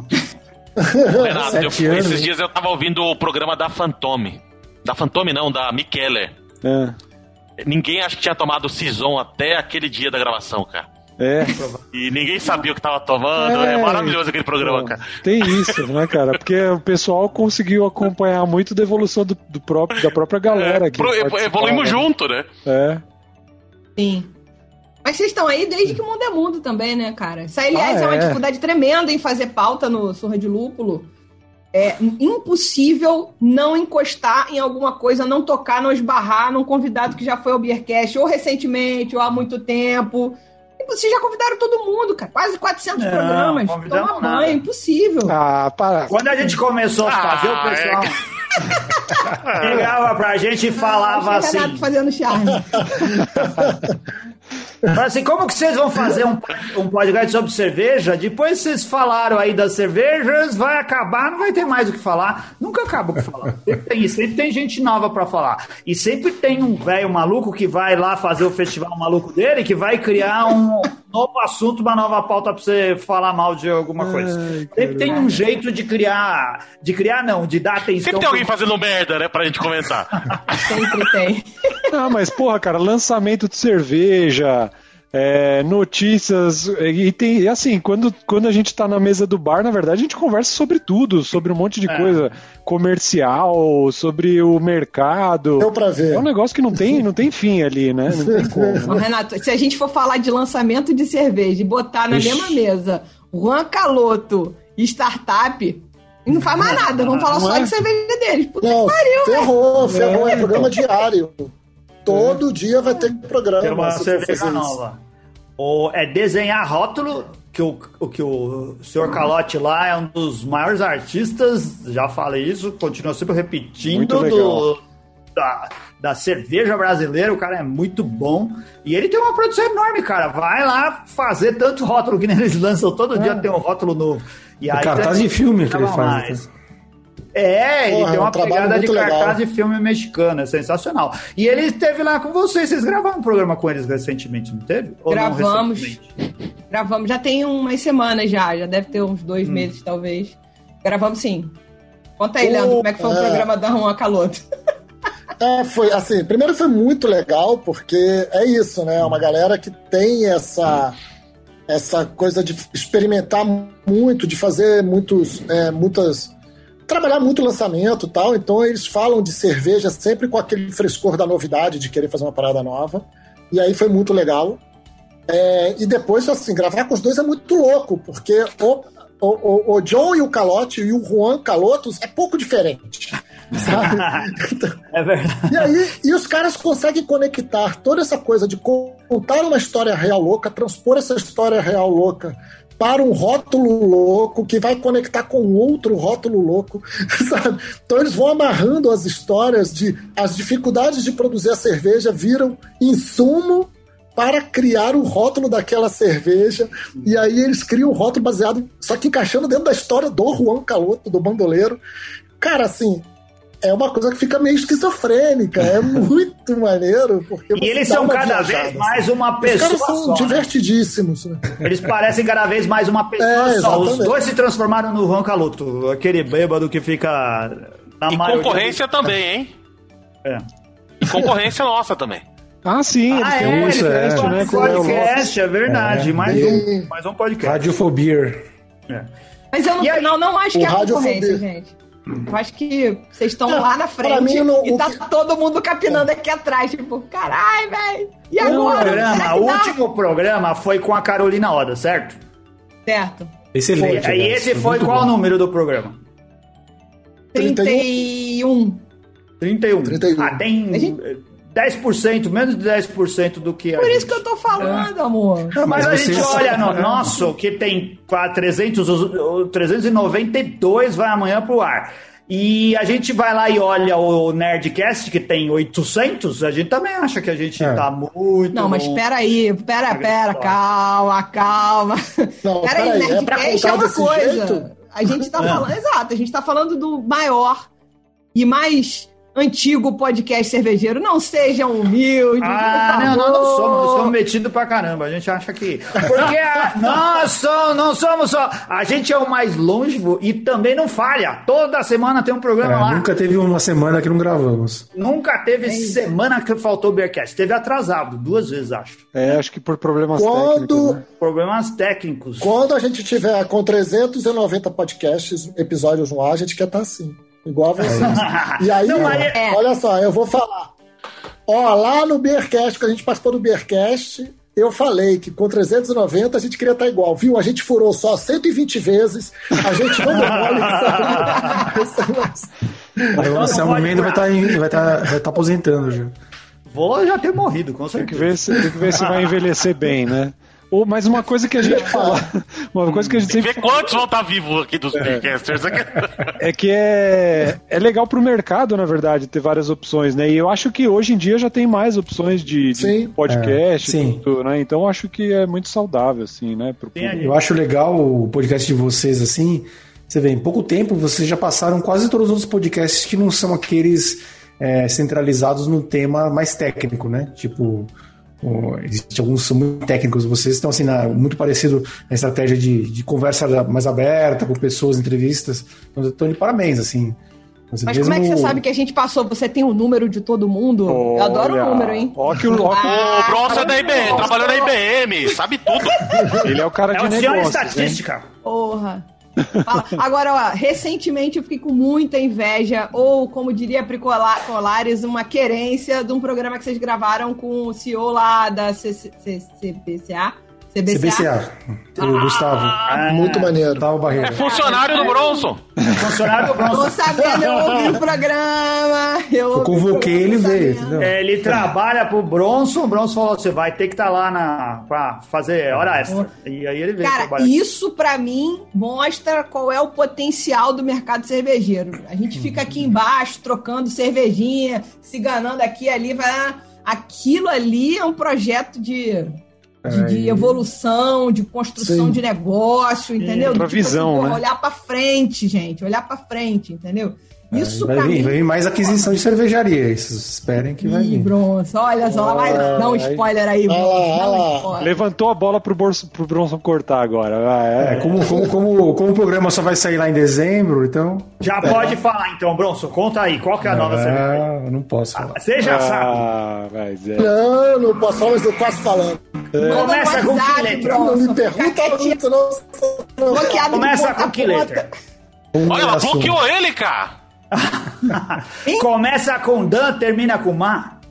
Renato, eu- Sete anos, esses hein? dias eu tava ouvindo o programa da Fantôme. Da Fantôme não, da Mikeller. É. Ninguém acho que tinha tomado Cison até aquele dia da gravação, cara. É. E ninguém sabia o que tava tomando. É, É, maravilhoso aquele programa, Pô, cara. tem isso, né, cara? Porque o pessoal conseguiu acompanhar muito da evolução do, do próprio, da própria galera. É, que pro- participava, evoluímos né? junto, né? É. Sim. Mas vocês estão aí desde que o mundo é mundo também, né, cara? Isso, aliás, Ah, é uma é. dificuldade tremenda em fazer pauta no Surra de Lúpulo. É impossível não encostar em alguma coisa, não tocar, não esbarrar num convidado que já foi ao Beercast, ou recentemente, ou há muito tempo. E vocês já convidaram todo mundo, cara. Quase quatrocentos Não, programas. convidamos Toma nada. banho, impossível. Ah, para. Quando a gente começou a fazer, Ah, o pessoal ligava pra gente e falava Achei o Renato assim... fazendo charme. Fala assim, como que vocês vão fazer um, um podcast sobre cerveja? Depois vocês falaram aí das cervejas, vai acabar, não vai ter mais o que falar. Nunca acaba o que falar. Sempre tem, sempre tem gente nova pra falar. E sempre tem um velho maluco que vai lá fazer o festival maluco dele, que vai criar um novo assunto, uma nova pauta pra você falar mal de alguma coisa. Ai, Sempre tem um jeito de criar, de criar não, de dar atenção. Sempre tem alguém fazendo merda, né, pra gente comentar. Sempre tem. Ah, mas porra, cara, lançamento de cerveja, é, notícias, e tem, e assim, quando, quando a gente tá na mesa do bar, na verdade, a gente conversa sobre tudo, sobre um monte de É. coisa comercial, sobre o mercado. Deu pra ver. É um negócio que não tem, não tem fim ali, né? Não tem como. Ô, Renato, se a gente for falar de lançamento de cerveja e botar na Ixi. mesma mesa Juan Caloto e startup, não faz mais nada. Vamos falar Não só é? de cerveja deles. Puta Não, que pariu, velho. ferrou, ferrou, é É, programa diário. Todo dia vai ter programa. Tem uma se for cerveja fazer isso. nova. Ou é desenhar rótulo, que o, o que o senhor Calote lá é um dos maiores artistas, já falei isso, continua sempre Muito repetindo, legal. do, da, da cerveja brasileira, o cara é muito bom. E ele tem uma produção enorme, cara. Vai lá fazer tanto rótulo que nem eles lançam, todo dia tem um rótulo novo. E aí, cartaz tem- de filme que ele grava faz, mais. né? É, Porra, ele tem é um uma trabalho pegada de muito cartaz legal. de filme mexicano, é sensacional. E ele esteve lá com vocês, vocês gravaram um programa com eles recentemente, não teve? Ou não Gravamos. recentemente? Gravamos. Já tem umas semanas já. Já deve ter uns dois Hum. meses, talvez. Gravamos sim. Conta aí, Leandro, como é que foi o É. programa da Juan Caloto? É, foi assim, primeiro foi muito legal, porque é isso, né? Uma galera que tem essa, essa coisa de experimentar muito, de fazer muitos, é, muitas... trabalhar muito lançamento e tal, então eles falam de cerveja sempre com aquele frescor da novidade, de querer fazer uma parada nova, e aí foi muito legal. É, e depois, assim, gravar com os dois é muito louco, porque o, o, o John e o Calote e o Juan Calotos é pouco diferente. Sabe? É verdade. E aí, e os caras conseguem conectar toda essa coisa de contar uma história real louca, transpor essa história real louca para um rótulo louco que vai conectar com outro rótulo louco, sabe? Então eles vão amarrando as histórias de as dificuldades de produzir a cerveja viram insumo para criar o rótulo daquela cerveja, e aí eles criam um rótulo baseado, só que encaixando dentro da história do Juan Caloto, do bandoleiro. Cara, assim, é uma coisa que fica meio esquizofrênica, é muito maneiro. Porque e eles são cada viajada, vez mais assim. Uma pessoa. Os caras são só, divertidíssimos. Né? Eles parecem cada vez mais uma pessoa é, só. Os dois se transformaram no Juan Caloto, aquele bêbado que fica na e concorrência do... também, hein? É. E concorrência nossa também. Ah, sim, ele ah, tem é, um podcast, é, né? Podcast, é verdade. É, mais, um, mais um podcast. Radiofobia. É. Mas eu no final não acho que é concorrência, gente. Eu acho que vocês estão lá na frente mim, não, e tá que... todo mundo capinando aqui atrás. Tipo, caralho, velho. E agora? O, programa, o último programa foi com a Carolina Oda, certo? Certo. Excelente. Foi. E esse foi qual o número do programa? trinta e um. trinta e um. trinta e um. Ah, tem gente... dez por cento, menos de dez por cento do que a Por gente. isso que eu tô falando, é. amor. Mas, Mas a gente olha no nosso, que tem trezentos, trezentos e noventa e dois, vai amanhã pro ar. E a gente vai lá e olha o Nerdcast, que tem oitocentos, a gente também acha que a gente é. tá muito... Não, mas espera aí, pera, pera, calma, calma. Não, pera aí, aí, Nerdcast é, é uma coisa. Jeito? A gente tá falando, exato, a gente tá falando do maior e mais... antigo podcast cervejeiro, não sejam humildes. Ah, não, nós não somos, nós somos metidos pra caramba. A gente acha que. Porque a, nós somos, não somos só. A gente é o mais longevo e também não falha. Toda semana tem um programa é, lá. Nunca teve uma semana que não gravamos. Nunca teve é semana que faltou o Beercast. Teve atrasado, duas vezes, acho. É, acho que por problemas quando, técnicos. Né? Problemas técnicos. Quando a gente tiver com trezentos e noventa podcasts, episódios no ar, a gente quer estar assim. Igual a vocês. E aí, não, mas... olha só, eu vou falar. Ó, lá no Beercast, que a gente participou do Beercast, eu falei que com trezentos e noventa a gente queria estar igual, viu? A gente furou só cento e vinte vezes, a gente não demole. O Anselmo Mendes vai estar vai estar vai estar aposentando já. Vou já ter morrido, com certeza. Tem que ver se, tem que ver se vai envelhecer bem, né? Ou, mas uma coisa que a gente fala. Uma coisa que a gente Tem sempre que ver quantos vão estar vivos aqui dos podcasters. É que é, é legal pro mercado, na verdade, ter várias opções, né? E eu acho que hoje em dia já tem mais opções de, de podcast, é, sim. Tudo, né? Então eu acho que é muito saudável, assim, né? Pro eu acho legal o podcast de vocês, assim. Você vê, em pouco tempo vocês já passaram quase todos os outros podcasts que não são aqueles é, centralizados no tema mais técnico, né? Tipo. Existem alguns que são muito técnicos, vocês estão assim, na, muito parecido na estratégia de, de conversa mais aberta com pessoas, entrevistas. Então, eu tô de parabéns, assim. Mas mesmo... como é que você sabe que a gente passou? Você tem o número de todo mundo? Olha, eu adoro o número, hein? Ó que o, ó que ah, o Bronson é da I B M, trabalhou na I B M, sabe tudo. Ele é o cara é de o negócios. É estatística. Hein? Porra. Fala. Agora, ó, recentemente eu fiquei com muita inveja, ou como diria Pri Colares, uma querência de um programa que vocês gravaram com o C E O lá da C B C A. C B C A. C B C A. O ah, Gustavo. Ah, muito maneiro. Gustavo Barreira. É funcionário do Bronson. Funcionário do Bronson. Tô sabendo, eu ouvi o programa. Eu, eu convoquei, ele veio, entendeu? É, ele trabalha pro Bronson. O Bronson falou: você vai ter que estar tá lá na, pra fazer hora extra. E aí ele veio. Cara, trabalhar. Isso pra mim mostra qual é o potencial do mercado cervejeiro. A gente fica aqui embaixo trocando cervejinha, se enganando aqui e ali. Vai... Aquilo ali é um projeto de. De, de evolução, de construção Sim. de negócio, entendeu? Pra tipo, visão, assim, né? Olhar pra frente, gente, olhar pra frente, entendeu? Isso vai pra vir, mim... vai vir mais aquisição de cervejaria. Vocês esperem que vai Ih, vir. Bronson, olha só, vai dar um spoiler aí, Bronson. Dá um spoiler. Levantou a bola pro, Borso, pro Bronson cortar agora. Vai, é. É, como, como, como, como o programa só vai sair lá em dezembro, então. Já pode falar então, Bronson. Conta aí, qual que é a nova cerveja? Ah, eu não posso falar. Você já sabe. Ah, mas é. Não, não posso falar, mas eu quase falando. Começa com que letra? Não me pergunta muito, não. Bloqueado de Começa ponta com que a ponta. letra? Olha, ela bloqueou ele, cara. Começa com Dan, termina com Ma.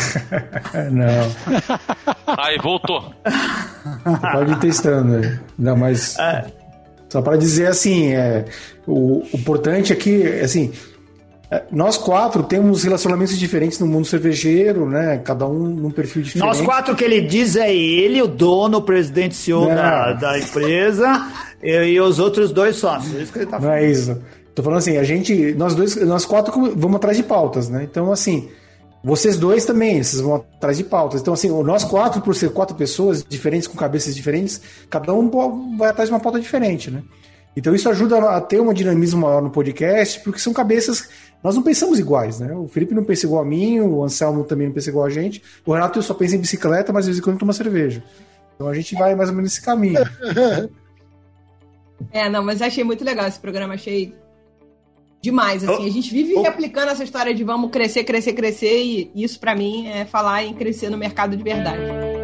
Não. Aí, voltou. Pode ir testando aí. Ainda mais. É. Só para dizer assim, é, o, o importante aqui, assim, é, nós quatro temos relacionamentos diferentes no mundo cervejeiro, né? Cada um num perfil diferente. Nós quatro que ele diz é ele, o dono, o presidente C E O da, da empresa, e, e os outros dois sócios. É isso que ele tá falando. Não é isso. Tô falando assim, a gente, nós dois, nós quatro vamos atrás de pautas, né? Então, assim, vocês dois também, vocês vão atrás de pautas. Então, assim, nós quatro, por ser quatro pessoas diferentes, com cabeças diferentes, cada um vai atrás de uma pauta diferente, né? Então, isso ajuda a ter um dinamismo maior no podcast, porque são cabeças, nós não pensamos iguais, né? O Felipe não pensa igual a mim, o Anselmo também não pensa igual a gente, o Renato só pensa em bicicleta, mas de vez em quando toma cerveja. Então, a gente vai mais ou menos nesse caminho. É, não, mas achei muito legal esse programa, achei demais, assim, Oh, a gente vive oh. replicando essa história de vamos crescer, crescer, crescer, e isso pra mim é falar em crescer no mercado de verdade.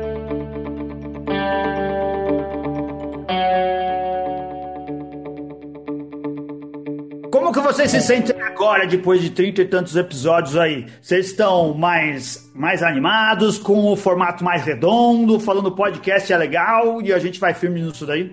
Como que vocês se sentem agora, depois de trinta e tantos episódios aí? Vocês estão mais, mais animados, com o formato mais redondo, falando podcast é legal e a gente vai firme nisso daí?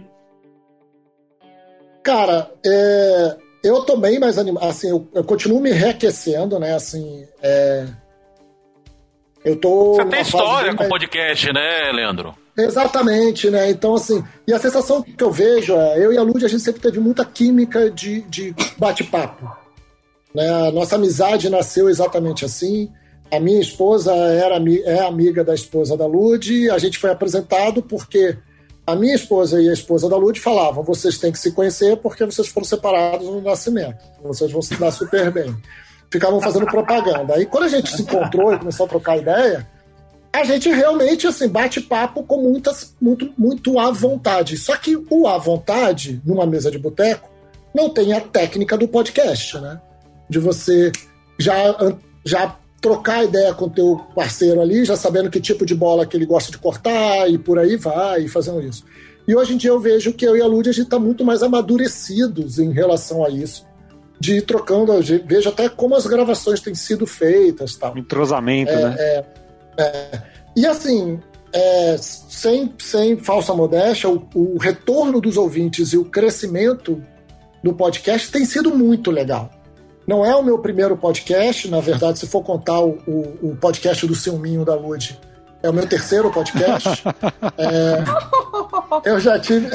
Cara, é, eu tô bem mais animado, assim, eu, eu continuo me reaquecendo, né, assim, é, eu tô... Você tem história com mais... podcast, né, Leandro? Exatamente, né, então assim, e a sensação que eu vejo é, eu e a Lud, a gente sempre teve muita química de, de bate-papo, né, a nossa amizade nasceu exatamente assim, a minha esposa era, é amiga da esposa da Lud, a gente foi apresentado porque... A minha esposa e a esposa da Lud falavam, vocês têm que se conhecer porque vocês foram separados no nascimento. Vocês vão se dar super bem. Ficavam fazendo propaganda. Aí quando a gente se encontrou e começou a trocar ideia, a gente realmente assim, bate papo com muitas, muito, muito à vontade. Só que o à vontade, numa mesa de boteco, não tem a técnica do podcast, né? De você já, já trocar ideia com o teu parceiro ali, já sabendo que tipo de bola que ele gosta de cortar e por aí vai, e fazendo isso. E hoje em dia eu vejo que eu e a Lud, a gente está muito mais amadurecidos em relação a isso, de ir trocando, vejo até como as gravações têm sido feitas. Tal. Entrosamento, é, né? É, é, e assim, é, sem, sem falsa modéstia, o, o retorno dos ouvintes e o crescimento do podcast tem sido muito legal. Não é o meu primeiro podcast, na verdade, se for contar o, o, o podcast do Silminho da Lud, é o meu terceiro podcast. é, eu já tive...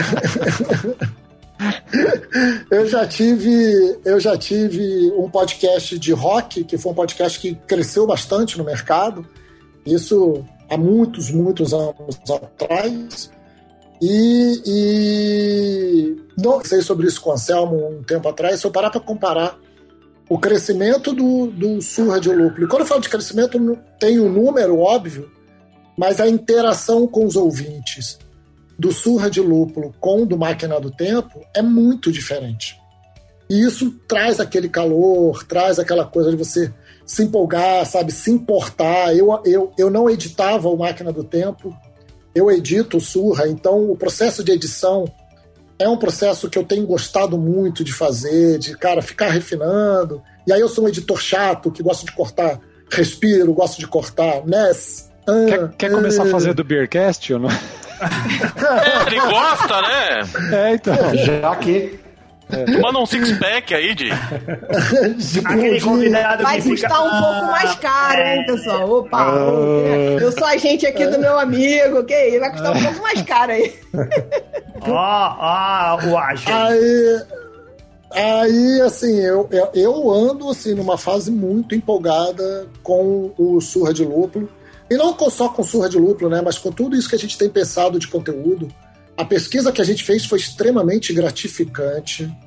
eu já tive eu já tive um podcast de rock, que foi um podcast que cresceu bastante no mercado, isso há muitos, muitos anos atrás, e, e não sei sobre isso com o Anselmo um tempo atrás. Se eu parar para comparar o crescimento do, do Surra de Lúpulo, e quando eu falo de crescimento tem um número óbvio, mas a interação com os ouvintes do Surra de Lúpulo com o do Máquina do Tempo é muito diferente. E isso traz aquele calor, traz aquela coisa de você se empolgar, sabe, se importar. Eu, eu, eu não editava o Máquina do Tempo, eu edito o Surra, então o processo de edição é um processo que eu tenho gostado muito de fazer, de, cara, ficar refinando. E aí eu sou um editor chato, que gosta de cortar respiro, gosto de cortar Ness. Ah, Quer, quer começar ah. a fazer do Beercast ou não? É, ele gosta, né? É, então. Já que... Manda um six-pack aí de... de Aquele convidado Vai que custar fica... um pouco mais caro, hein, pessoal? Opa! Ah. Eu sou agente aqui do meu amigo, ok? Vai custar um pouco mais caro aí. Ó, ó, o ágil. Aí, aí assim, eu, eu, eu ando assim, numa fase muito empolgada com o Surra de Lúpulo. E não só com Surra de Lúpulo, né, mas com tudo isso que a gente tem pensado de conteúdo. A pesquisa que a gente fez foi extremamente gratificante.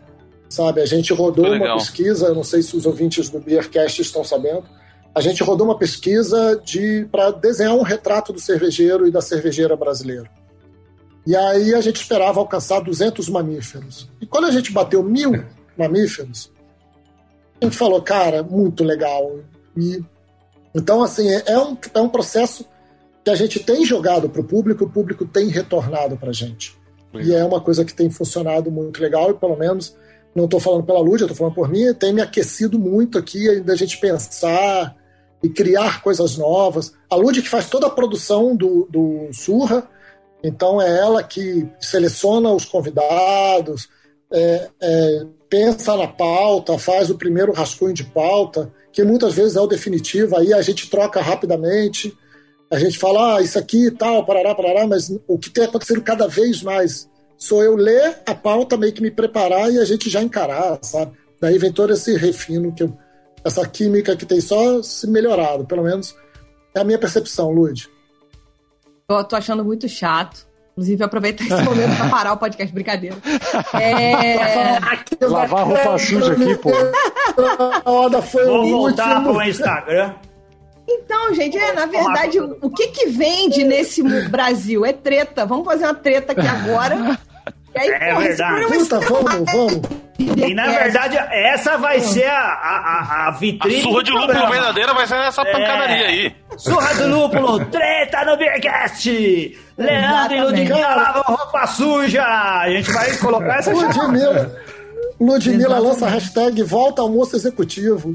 sabe? A gente rodou uma pesquisa, eu não sei se os ouvintes do Beercast estão sabendo, a gente rodou uma pesquisa de, para desenhar um retrato do cervejeiro e da cervejeira brasileira. E aí a gente esperava alcançar duzentos mamíferos. E quando a gente bateu mil mamíferos, a gente falou, cara, muito legal. E, então, assim, é um, é um processo que a gente tem jogado para o público, o público tem retornado para a gente. E é uma coisa que tem funcionado muito legal e, pelo menos, não estou falando pela Lud, eu estou falando por mim, tem me aquecido muito aqui, da gente pensar e criar coisas novas. A Lud que faz toda a produção do, do Surra, então é ela que seleciona os convidados, é, é, pensa na pauta, faz o primeiro rascunho de pauta, que muitas vezes é o definitivo, aí a gente troca rapidamente, a gente fala, ah, isso aqui e tal, parará, parará, mas o que tem acontecido cada vez mais sou eu ler a pauta, meio que me preparar e a gente já encarar, sabe? Daí vem todo esse refino, que eu, essa química que tem só se melhorado, pelo menos é a minha percepção, Lud. Eu tô achando muito chato. Inclusive, aproveitar esse momento pra parar o podcast, brincadeira. É... Lavar roupa suja aqui, pô. Vou voltar pro Instagram. Então, gente, é, na verdade, o que que vende nesse Brasil? É treta. Vamos fazer uma treta aqui agora. E aí, é porra, verdade. Puta, vamos, vamos. E na verdade, essa vai ser a, a, a vitrine. A surra de lúpulo verdadeira vai ser essa é. pancadaria aí. Surra do lúpulo, treta no Beercast. Leandro e Ludmilla lavam roupa suja. A gente vai colocar essa Ludmilla, Ludmilla lança a hashtag Volta Almoço Executivo.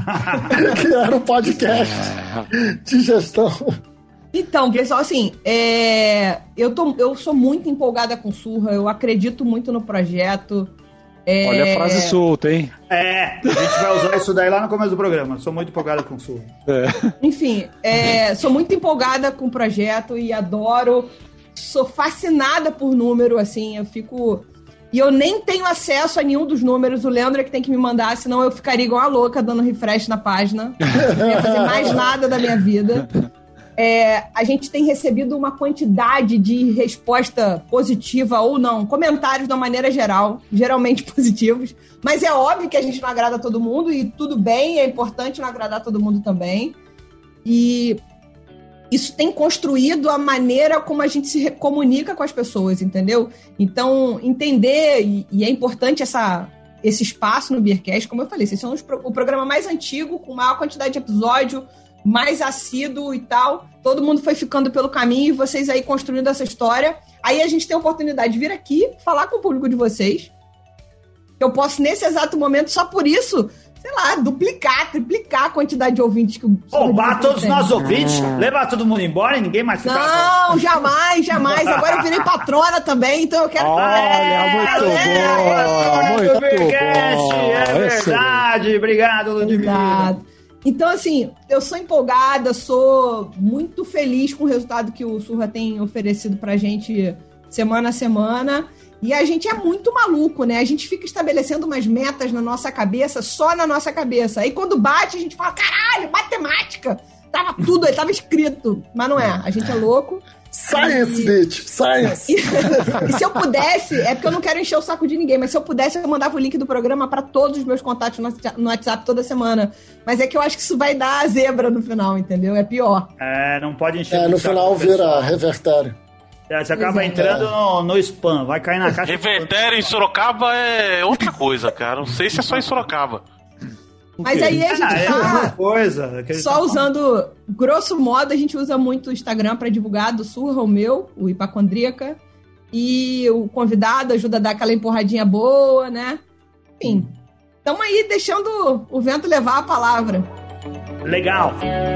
Que era um podcast de gestão. Então, pessoal, assim, é... eu, tô, eu sou muito empolgada com Surra, eu acredito muito no projeto. É... Olha a frase solta, hein? É, a gente vai usar isso daí lá no começo do programa. Sou muito empolgada com Surra. É. Enfim, é... sou muito empolgada com o projeto e adoro, sou fascinada por número, assim, eu fico... E eu nem tenho acesso a nenhum dos números, o Leandro é que tem que me mandar, senão eu ficaria igual a louca dando refresh na página. Não ia fazer mais nada da minha vida. É, a gente tem recebido uma quantidade de resposta positiva ou não, comentários de uma maneira geral, geralmente positivos, mas é óbvio que a gente não agrada todo mundo e tudo bem, é importante não agradar todo mundo também. E isso tem construído a maneira como a gente se comunica com as pessoas, entendeu? Então, entender, e, e é importante essa, esse espaço no Beercast, como eu falei, vocês são os, o programa mais antigo, com maior quantidade de episódio, mais assíduo e tal, todo mundo foi ficando pelo caminho e vocês aí construindo essa história. Aí a gente tem a oportunidade de vir aqui, falar com o público de vocês. Eu posso, nesse exato momento, só por isso, sei lá, duplicar, triplicar a quantidade de ouvintes que o roubar todos os nossos ouvintes, levar todo mundo embora e ninguém mais ficar. Não, com... jamais, jamais. Agora eu virei patrona também, então eu quero. Olha, é, muito bom, muito bom. É verdade, obrigado, Ludmilla. Então, assim, eu sou empolgada, sou muito feliz com o resultado que o Surra tem oferecido pra gente semana a semana. E a gente é muito maluco, né? A gente fica estabelecendo umas metas na nossa cabeça, só na nossa cabeça. Aí quando bate, a gente fala, caralho, matemática! Tava tudo aí, tava escrito. Mas não é, a gente é louco. Science, e... bitch, science! E... e se eu pudesse, é porque eu não quero encher o saco de ninguém, mas se eu pudesse, eu mandava o link do programa pra todos os meus contatos no WhatsApp toda semana. Mas é que eu acho que isso vai dar zebra no final, entendeu? É pior. É, não pode encher é, o no saco. final vira revertério. É, você acaba entrando no, no spam, vai cair na caixa. Revertério em Sorocaba é outra coisa, cara. Não sei se é só em Sorocaba. Mas aí a gente ah, tá é coisa, só tá usando, grosso modo, a gente usa muito o Instagram para divulgar do Surra, o meu, o Hipacondríaca, e o convidado ajuda a dar aquela empurradinha boa, né? Enfim, estamos aí deixando o vento levar a palavra. Legal.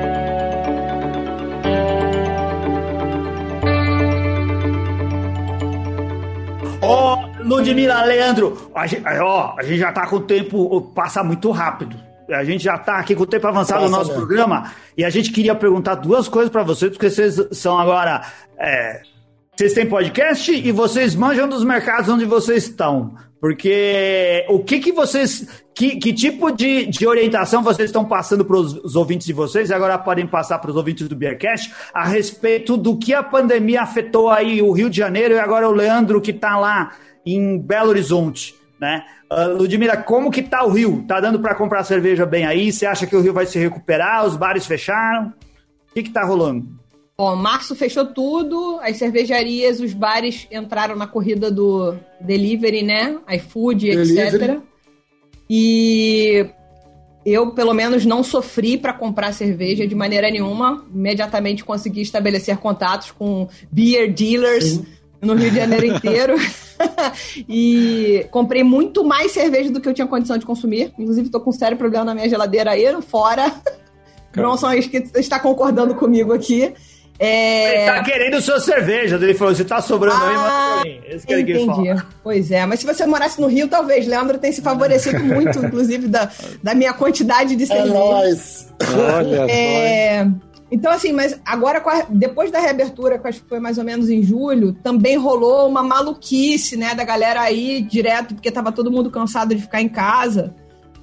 Ô, oh, Ludmilla, Leandro, a gente, ó, a gente já tá com o tempo, passa muito rápido. A gente já tá aqui com o tempo avançado Passa, no nosso né? programa e a gente queria perguntar duas coisas para vocês, porque vocês são agora... É, vocês têm podcast e vocês manjam dos mercados onde vocês estão. Porque o que que vocês... Que, que tipo de, de orientação vocês estão passando para os ouvintes de vocês e agora podem passar para os ouvintes do Beercast a respeito do que a pandemia afetou aí o Rio de Janeiro e agora o Leandro que está lá em Belo Horizonte, né? Uh, Ludmila, como que tá o Rio? Tá dando para comprar cerveja bem aí? Você acha que o Rio vai se recuperar? Os bares fecharam? O que que tá rolando? Bom, março fechou tudo, as cervejarias, os bares entraram na corrida do delivery, né? iFood, delivery. etcétera. E eu, pelo menos, não sofri para comprar cerveja de maneira nenhuma. Imediatamente consegui estabelecer contatos com beer dealers Sim. no Rio de Janeiro inteiro. E comprei muito mais cerveja do que eu tinha condição de consumir. Inclusive, estou com um sério problema na minha geladeira aí, fora. Bronson está concordando comigo aqui. É... Ele tá querendo sua cerveja. Ele falou, se tá sobrando ah, aí, manda pra mim. Esse que ele quis falar. Pois é, mas se você morasse no Rio, talvez. Leandro tem se favorecido muito, inclusive, da, da minha quantidade de cerveja. É nóis. Olha é... Então, assim, mas agora, depois da reabertura, que acho que foi mais ou menos em julho, também rolou uma maluquice, né, da galera aí direto, porque tava todo mundo cansado de ficar em casa.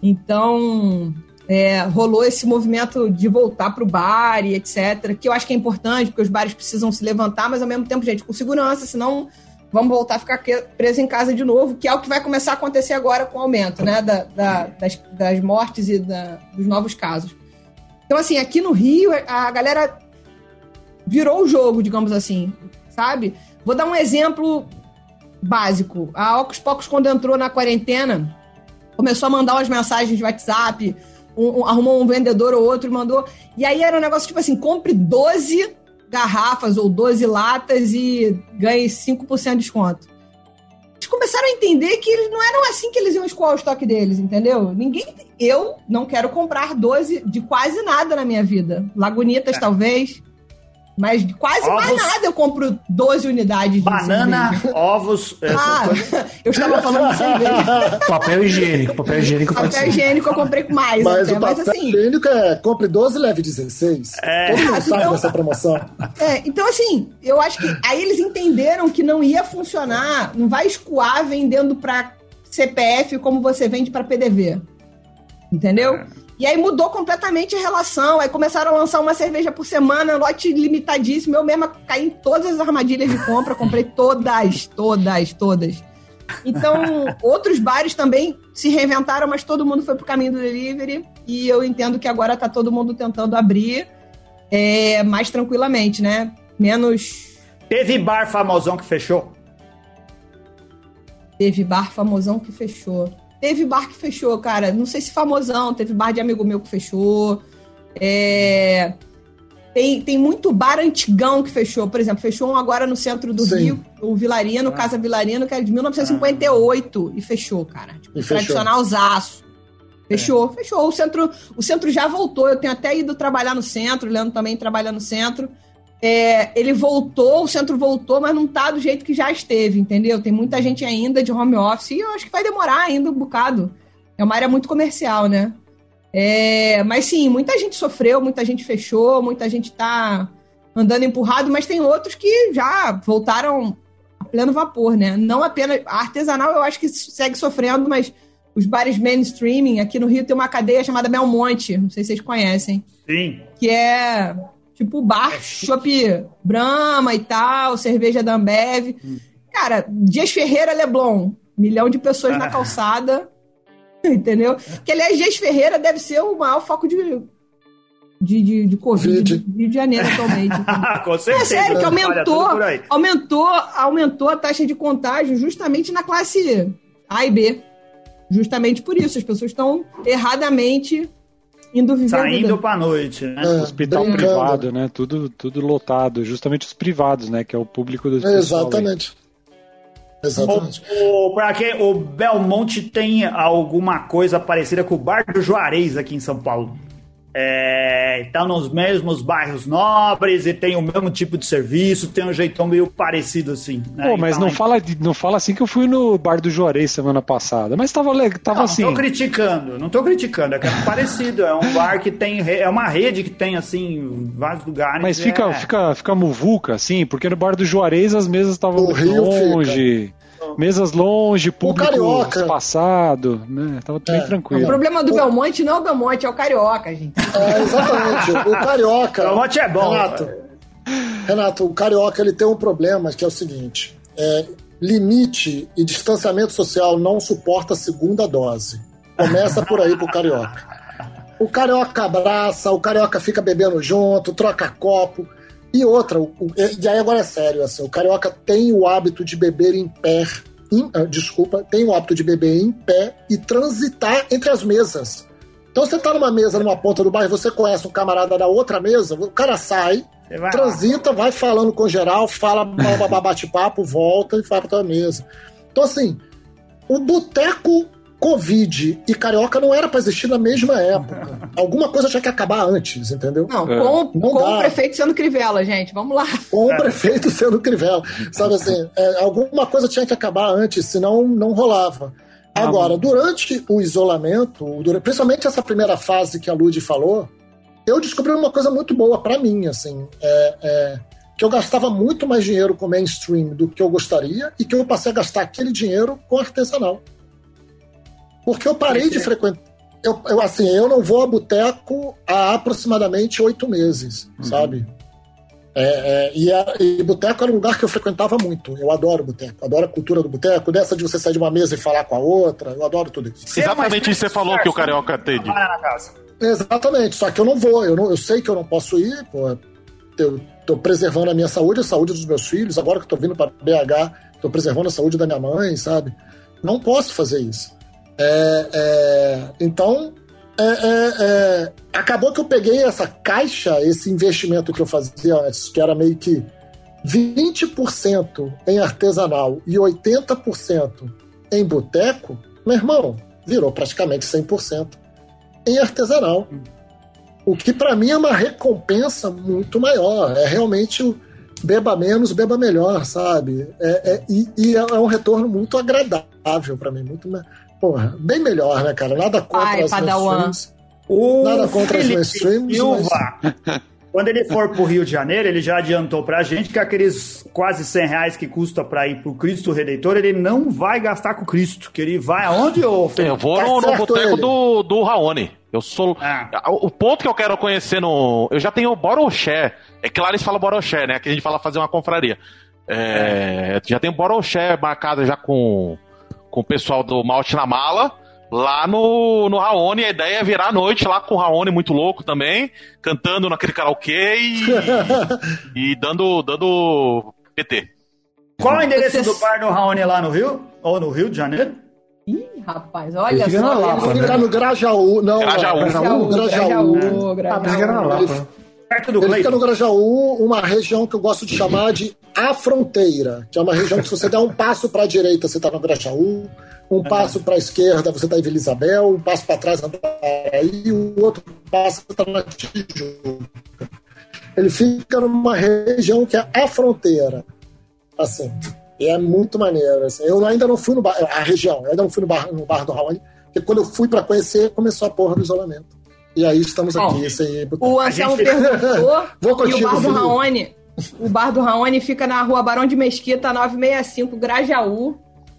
Então... É, rolou esse movimento de voltar pro bar e etcétera, que eu acho que é importante, porque os bares precisam se levantar, mas ao mesmo tempo, gente, com segurança, senão vamos voltar a ficar preso em casa de novo, que é o que vai começar a acontecer agora com o aumento, né, da, da, das, das mortes e da, dos novos casos. Então, assim, aqui no Rio, a galera virou o jogo, digamos assim, sabe? Vou dar um exemplo básico. A Ocus Pocus, quando entrou na quarentena, começou a mandar umas mensagens de WhatsApp, Um, um, arrumou um vendedor ou outro e mandou. E aí era um negócio tipo assim: compre doze garrafas ou doze latas e ganhe cinco por cento de desconto. Eles começaram a entender que eles não eram assim que eles iam escoar o estoque deles, entendeu? Ninguém. Eu não quero comprar doze de quase nada na minha vida. Lagunitas, é. talvez. Mas de quase ovos, mais nada eu compro doze unidades de banana, cerveja. ovos... Ah, eu estava falando de cerveja. Papel higiênico, papel higiênico Papel pode higiênico ser. Eu comprei mais. Mas até, o papel mas, assim, higiênico é compre doze e leve dezesseis. É. Todo mundo sabe então, dessa promoção. É, então, assim, eu acho que aí eles entenderam que não ia funcionar, não vai escoar vendendo para C P F como você vende para P D V. Entendeu? É. E aí mudou completamente a relação. Aí começaram a lançar uma cerveja por semana, lote limitadíssimo. Eu mesma caí em todas as armadilhas de compra. Comprei todas, todas, todas. Então, outros bares também se reinventaram, mas todo mundo foi pro caminho do delivery. E eu entendo que agora tá todo mundo tentando abrir é, mais tranquilamente, né? Menos... Teve bar famosão que fechou? Teve bar famosão que fechou. Teve bar que fechou, cara. Não sei se famosão. Teve bar de amigo meu que fechou. É... Tem, tem muito bar antigão que fechou. Por exemplo, fechou um agora no centro do Sim. Rio, o Vilarino, ah. Casa Vilarino, que é de mil novecentos e cinquenta e oito. Ah. E fechou, cara. Tipo, e tradicional zaço. Fechou, é. fechou. O centro, o centro já voltou. Eu tenho até ido trabalhar no centro. O Leandro também trabalha no centro. É, ele voltou, o centro voltou, mas não tá do jeito que já esteve, entendeu? Tem muita gente ainda de home office e eu acho que vai demorar ainda um bocado. É uma área muito comercial, né? É, mas sim, muita gente sofreu, muita gente fechou, muita gente tá andando empurrado, mas tem outros que já voltaram a pleno vapor, né? Não apenas... A artesanal eu acho que segue sofrendo, mas os bares mainstreaming, aqui no Rio tem uma cadeia chamada Belmonte, não sei se vocês conhecem. Sim. Que é... Tipo bar, chopp Brahma e tal, cerveja da Ambev. Hum. Cara, Dias Ferreira, Leblon. Milhão de pessoas ah. na calçada. Entendeu? Porque, aliás, Dias Ferreira deve ser o maior foco de, de, de, de Covid do Rio de Janeiro atualmente. Com certeza. É sério, que aumentou, aumentou, aumentou a taxa de contágio justamente na classe A e B. Justamente por isso. As pessoas estão erradamente... Indo viver Saindo pra noite, né? É, hospital brincando. Privado, né? Tudo, tudo lotado. Justamente os privados, né? Que é o público dos Exatamente. Exatamente. O, o, pra quem, o Belmonte tem alguma coisa parecida com o Bar do Juarez aqui em São Paulo. É, tá nos mesmos bairros nobres e tem o mesmo tipo de serviço, tem um jeitão meio parecido assim, né? Pô, mas então, não, fala, não fala assim que eu fui no Bar do Juarez semana passada, mas tava, tava não, assim. Não tô criticando, não tô criticando, é que é parecido, é um bar que tem, é uma rede que tem assim, vários lugares. Mas fica, é... fica, fica muvuca assim, porque no Bar do Juarez as mesas estavam muito longe. Fica. Mesas longe, público espaçado, né? Tava é. bem tranquilo. O problema do o... Belmonte não é o Belmonte, é o Carioca, gente. É, exatamente. O Carioca... O Belmonte é bom. Renato, Renato, o Carioca ele tem um problema que é o seguinte. É, limite e distanciamento social não suporta a segunda dose. Começa por aí pro carioca. O carioca abraça, o carioca fica bebendo junto, troca copo. E outra, o, e aí agora é sério, assim, o carioca tem o hábito de beber em pé, in, desculpa, tem o hábito de beber em pé e transitar entre as mesas. Então você tá numa mesa, numa ponta do bar, e você conhece um camarada da outra mesa, o cara sai, vai transita, lá. vai falando com geral, fala, bate-papo, volta e vai pra tua mesa. Então assim, o boteco Covid e carioca não era pra existir na mesma época. Alguma coisa tinha que acabar antes, entendeu? Não, é. com, não com o prefeito sendo Crivella, gente, vamos lá. Com o prefeito sendo Crivella. Sabe assim, é, alguma coisa tinha que acabar antes, senão não rolava. Agora, durante o isolamento, durante, principalmente essa primeira fase que a Lud falou, eu descobri uma coisa muito boa pra mim, assim, é, é, que eu gastava muito mais dinheiro com mainstream do que eu gostaria e que eu passei a gastar aquele dinheiro com artesanal. Porque eu parei de frequentar. Eu, eu, assim, eu não vou a boteco há aproximadamente oito meses, uhum. sabe? É, é, e, a, e boteco era um lugar que eu frequentava muito. Eu adoro boteco, adoro a cultura do boteco, dessa de você sair de uma mesa e falar com a outra. Eu adoro tudo isso. Exatamente isso que você falou que o carioca tem. Exatamente, só que eu não vou. Eu, não, eu sei que eu não posso ir, pô. Eu tô preservando a minha saúde, a saúde dos meus filhos. Agora que eu tô vindo para B H, tô preservando a saúde da minha mãe, sabe? Não posso fazer isso. É, é, então, é, é, é, acabou que eu peguei essa caixa, esse investimento que eu fazia antes, que era meio que vinte por cento em artesanal e oitenta por cento em boteco, meu irmão, virou praticamente cem por cento em artesanal. O que para mim é uma recompensa muito maior. É realmente o beba menos, beba melhor, sabe? É, é, e, e é um retorno muito agradável para mim, muito porra, bem melhor, né, cara? Nada contra Ai, as mainstreams. Nada contra as mainstreams. Mas... Quando ele for pro Rio de Janeiro, ele já adiantou pra gente que aqueles quase cem reais que custa pra ir pro Cristo Redentor, ele não vai gastar com Cristo, que ele vai aonde, ô Felipe? Eu vou tá no, no boteco do, do Raoni. Eu sou... Ah. O ponto que eu quero conhecer no... Eu já tenho o Boroché. É que lá eles falam Boroché, né? Aqui a gente fala fazer uma confraria. É... É. Já tem o Boroché marcado já com... com o pessoal do Malte na Mala, lá no, no Raoni. A ideia é virar a noite lá com o Raoni muito louco também, cantando naquele karaokê e, e dando, dando P T. Qual o endereço do bar do Raoni lá no Rio? Ou no Rio de Janeiro? Ih, rapaz, olha ele só. Lapa, ele fica né? no Grajaú. Não, Grajaú. Grajaú. Grajaú. Grajaú. Grajaú. Perto do ele fica no Grajaú, uma região que eu gosto de chamar de A Fronteira, que é uma região que se você der um passo para a direita, você está no Grajaú, um uhum. passo para a esquerda, você está em Vila Isabel, um passo para trás, e o outro passo está na Tijuca. Ele fica numa região que é A Fronteira. Assim, e é muito maneiro. Assim. Eu ainda não fui no bar, a região, eu ainda não fui no bar, no bar do Raoni, porque quando eu fui para conhecer, começou a porra do isolamento. E aí estamos aqui. Bom, esse... O Anselmo gente... perguntou Vou contigo, e o bar do Raoni, o bar do Raoni fica na rua Barão de Mesquita, novecentos e sessenta e cinco, Grajaú.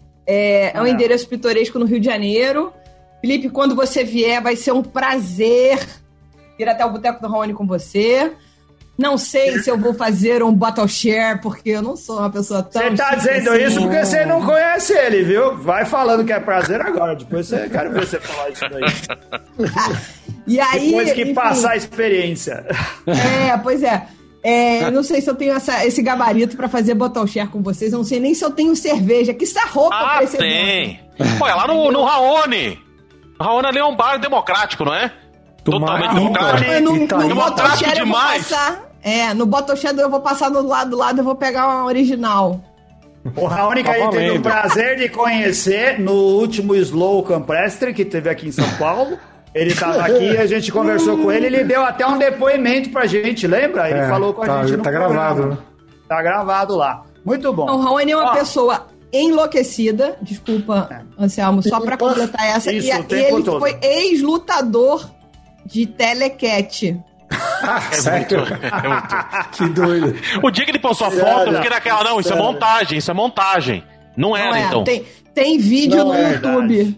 É, é um endereço pitoresco no Rio de Janeiro. Felipe, quando você vier, vai ser um prazer ir até o Boteco do Raoni com você. Não sei se eu vou fazer um bottle share, porque eu não sou uma pessoa tão... Você tá dizendo assim. Isso porque você não conhece ele, viu? Vai falando que é prazer agora. Depois você quero ver você falar isso daí. E aí, depois que enfim, passar a experiência. É, pois é. é não sei se eu tenho essa, esse gabarito pra fazer bottle share com vocês. Eu não sei nem se eu tenho cerveja. Que essa roupa ah, pra esse tem. Evento. Pô, é lá no, no Raoni. O Raoni ali é um bar democrático, não é? Totalmente democrático. No, no, no bottle share eu vou passar... É, no bottle share eu vou passar do lado do lado e vou pegar uma original. O Raoni que a gente teve o prazer de conhecer no último Slow Campestre que teve aqui em São Paulo. Ele estava aqui, a gente conversou com ele, ele deu até um depoanto pra gente, lembra? Ele é, falou com a tá, gente no Tá programa. gravado, né? Tá gravado lá. Muito bom. Então, o Raoni é uma Ó, pessoa enlouquecida, desculpa, é. Anselmo, só pra completar essa. Isso, e, e ele todo. foi ex-lutador de telecat. Ah, é sério? Muito, é muito... Que doido. O dia que ele postou a foto, eu fiquei naquela, não, isso Sério. é montagem, isso é montagem. Não era, não é, então. Tem, tem vídeo não no é YouTube.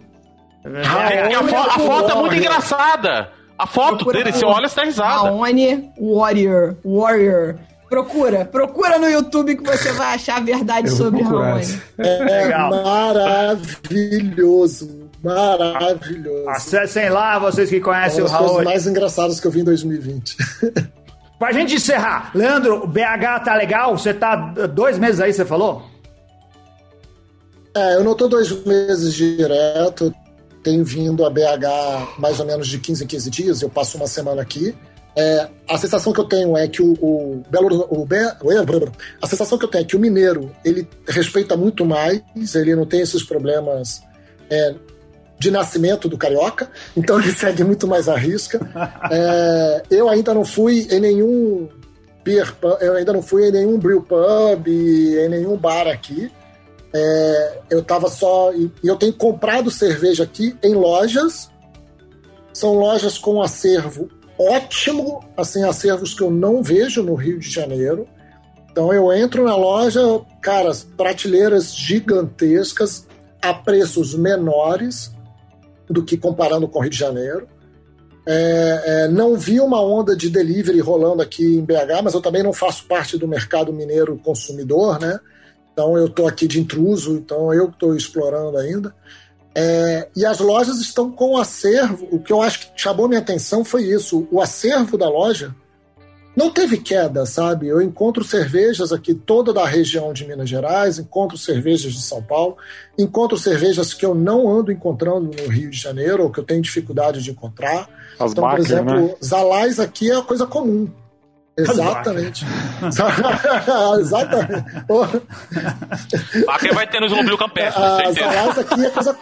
É a, fo a foto é muito engraçada. A foto Procura dele, você olha e você tá risada. Raoni Warrior. Warrior. Procura, procura no YouTube que você vai achar a verdade sobre Ramone. É maravilhoso, maravilhoso. Acessem lá, vocês que conhecem é o Raoni. Uma das coisas mais engraçadas que eu vi em dois mil e vinte. Pra gente encerrar, Leandro, o B H tá legal? Você tá dois meses aí, você falou? É, eu não tô dois meses direto, tenho vindo a B H mais ou menos de quinze em quinze dias, eu passo uma semana aqui. É, a sensação que eu tenho é que o, o Belo... O Be, a sensação que eu tenho é que o mineiro, ele respeita muito mais, ele não tem esses problemas é, de nascimento do carioca, então ele segue muito mais à risca. É, eu ainda não fui em nenhum beer pub, eu ainda não fui em nenhum brew pub, em nenhum bar aqui. É, eu tava só... E eu tenho comprado cerveja aqui em lojas, são lojas com acervo ótimo, assim, acervos que eu não vejo no Rio de Janeiro. Então eu entro na loja, cara, prateleiras gigantescas a preços menores do que comparando com o Rio de Janeiro. É, é, não vi uma onda de delivery rolando aqui em B H, mas eu também não faço parte do mercado mineiro consumidor, né? Então eu estou aqui de intruso, então eu estou explorando ainda. É, e as lojas estão com acervo. O que eu acho que chamou minha atenção foi isso. O acervo da loja não teve queda, sabe? Eu encontro cervejas aqui toda da região de Minas Gerais, encontro cervejas de São Paulo, encontro cervejas que eu não ando encontrando no Rio de Janeiro, ou que eu tenho dificuldade de encontrar. As então, máquinas, por exemplo, né? Zalais aqui é uma coisa comum. Exatamente. Exatamente. Aqui vai ter no Slumbril Campestre. As Zalais aqui é coisa.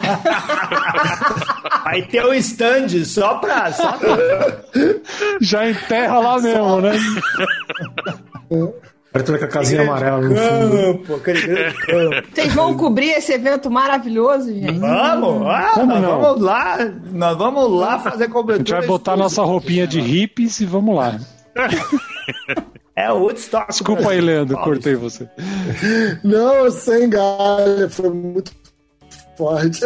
Vai ter um stand só pra. Só pra... Já enterra lá mesmo, né? Vai ter com a casinha amarela no fundo. Campo, aquele campo. Vocês vão cobrir esse evento maravilhoso, gente? Vamos! Ah, Como nós não? vamos lá! Nós vamos lá fazer A cobertura. gente vai botar nossa roupinha de hippies e vamos lá. É o Woodstock. Desculpa aí, Leandro, cortei você. Não, sem galha, foi muito forte.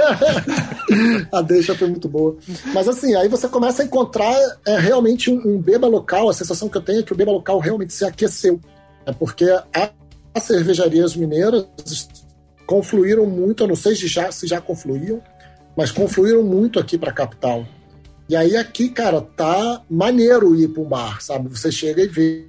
A deixa foi muito boa. Mas assim, aí você começa a encontrar é, realmente um, um beba local. A sensação que eu tenho é que o beba local realmente se aqueceu. É porque a, as cervejarias mineiras confluíram muito, eu não sei se já, se já confluíam, mas confluíram muito aqui para a capital. E aí aqui, cara, tá maneiro ir para um bar, sabe? Você chega e vê.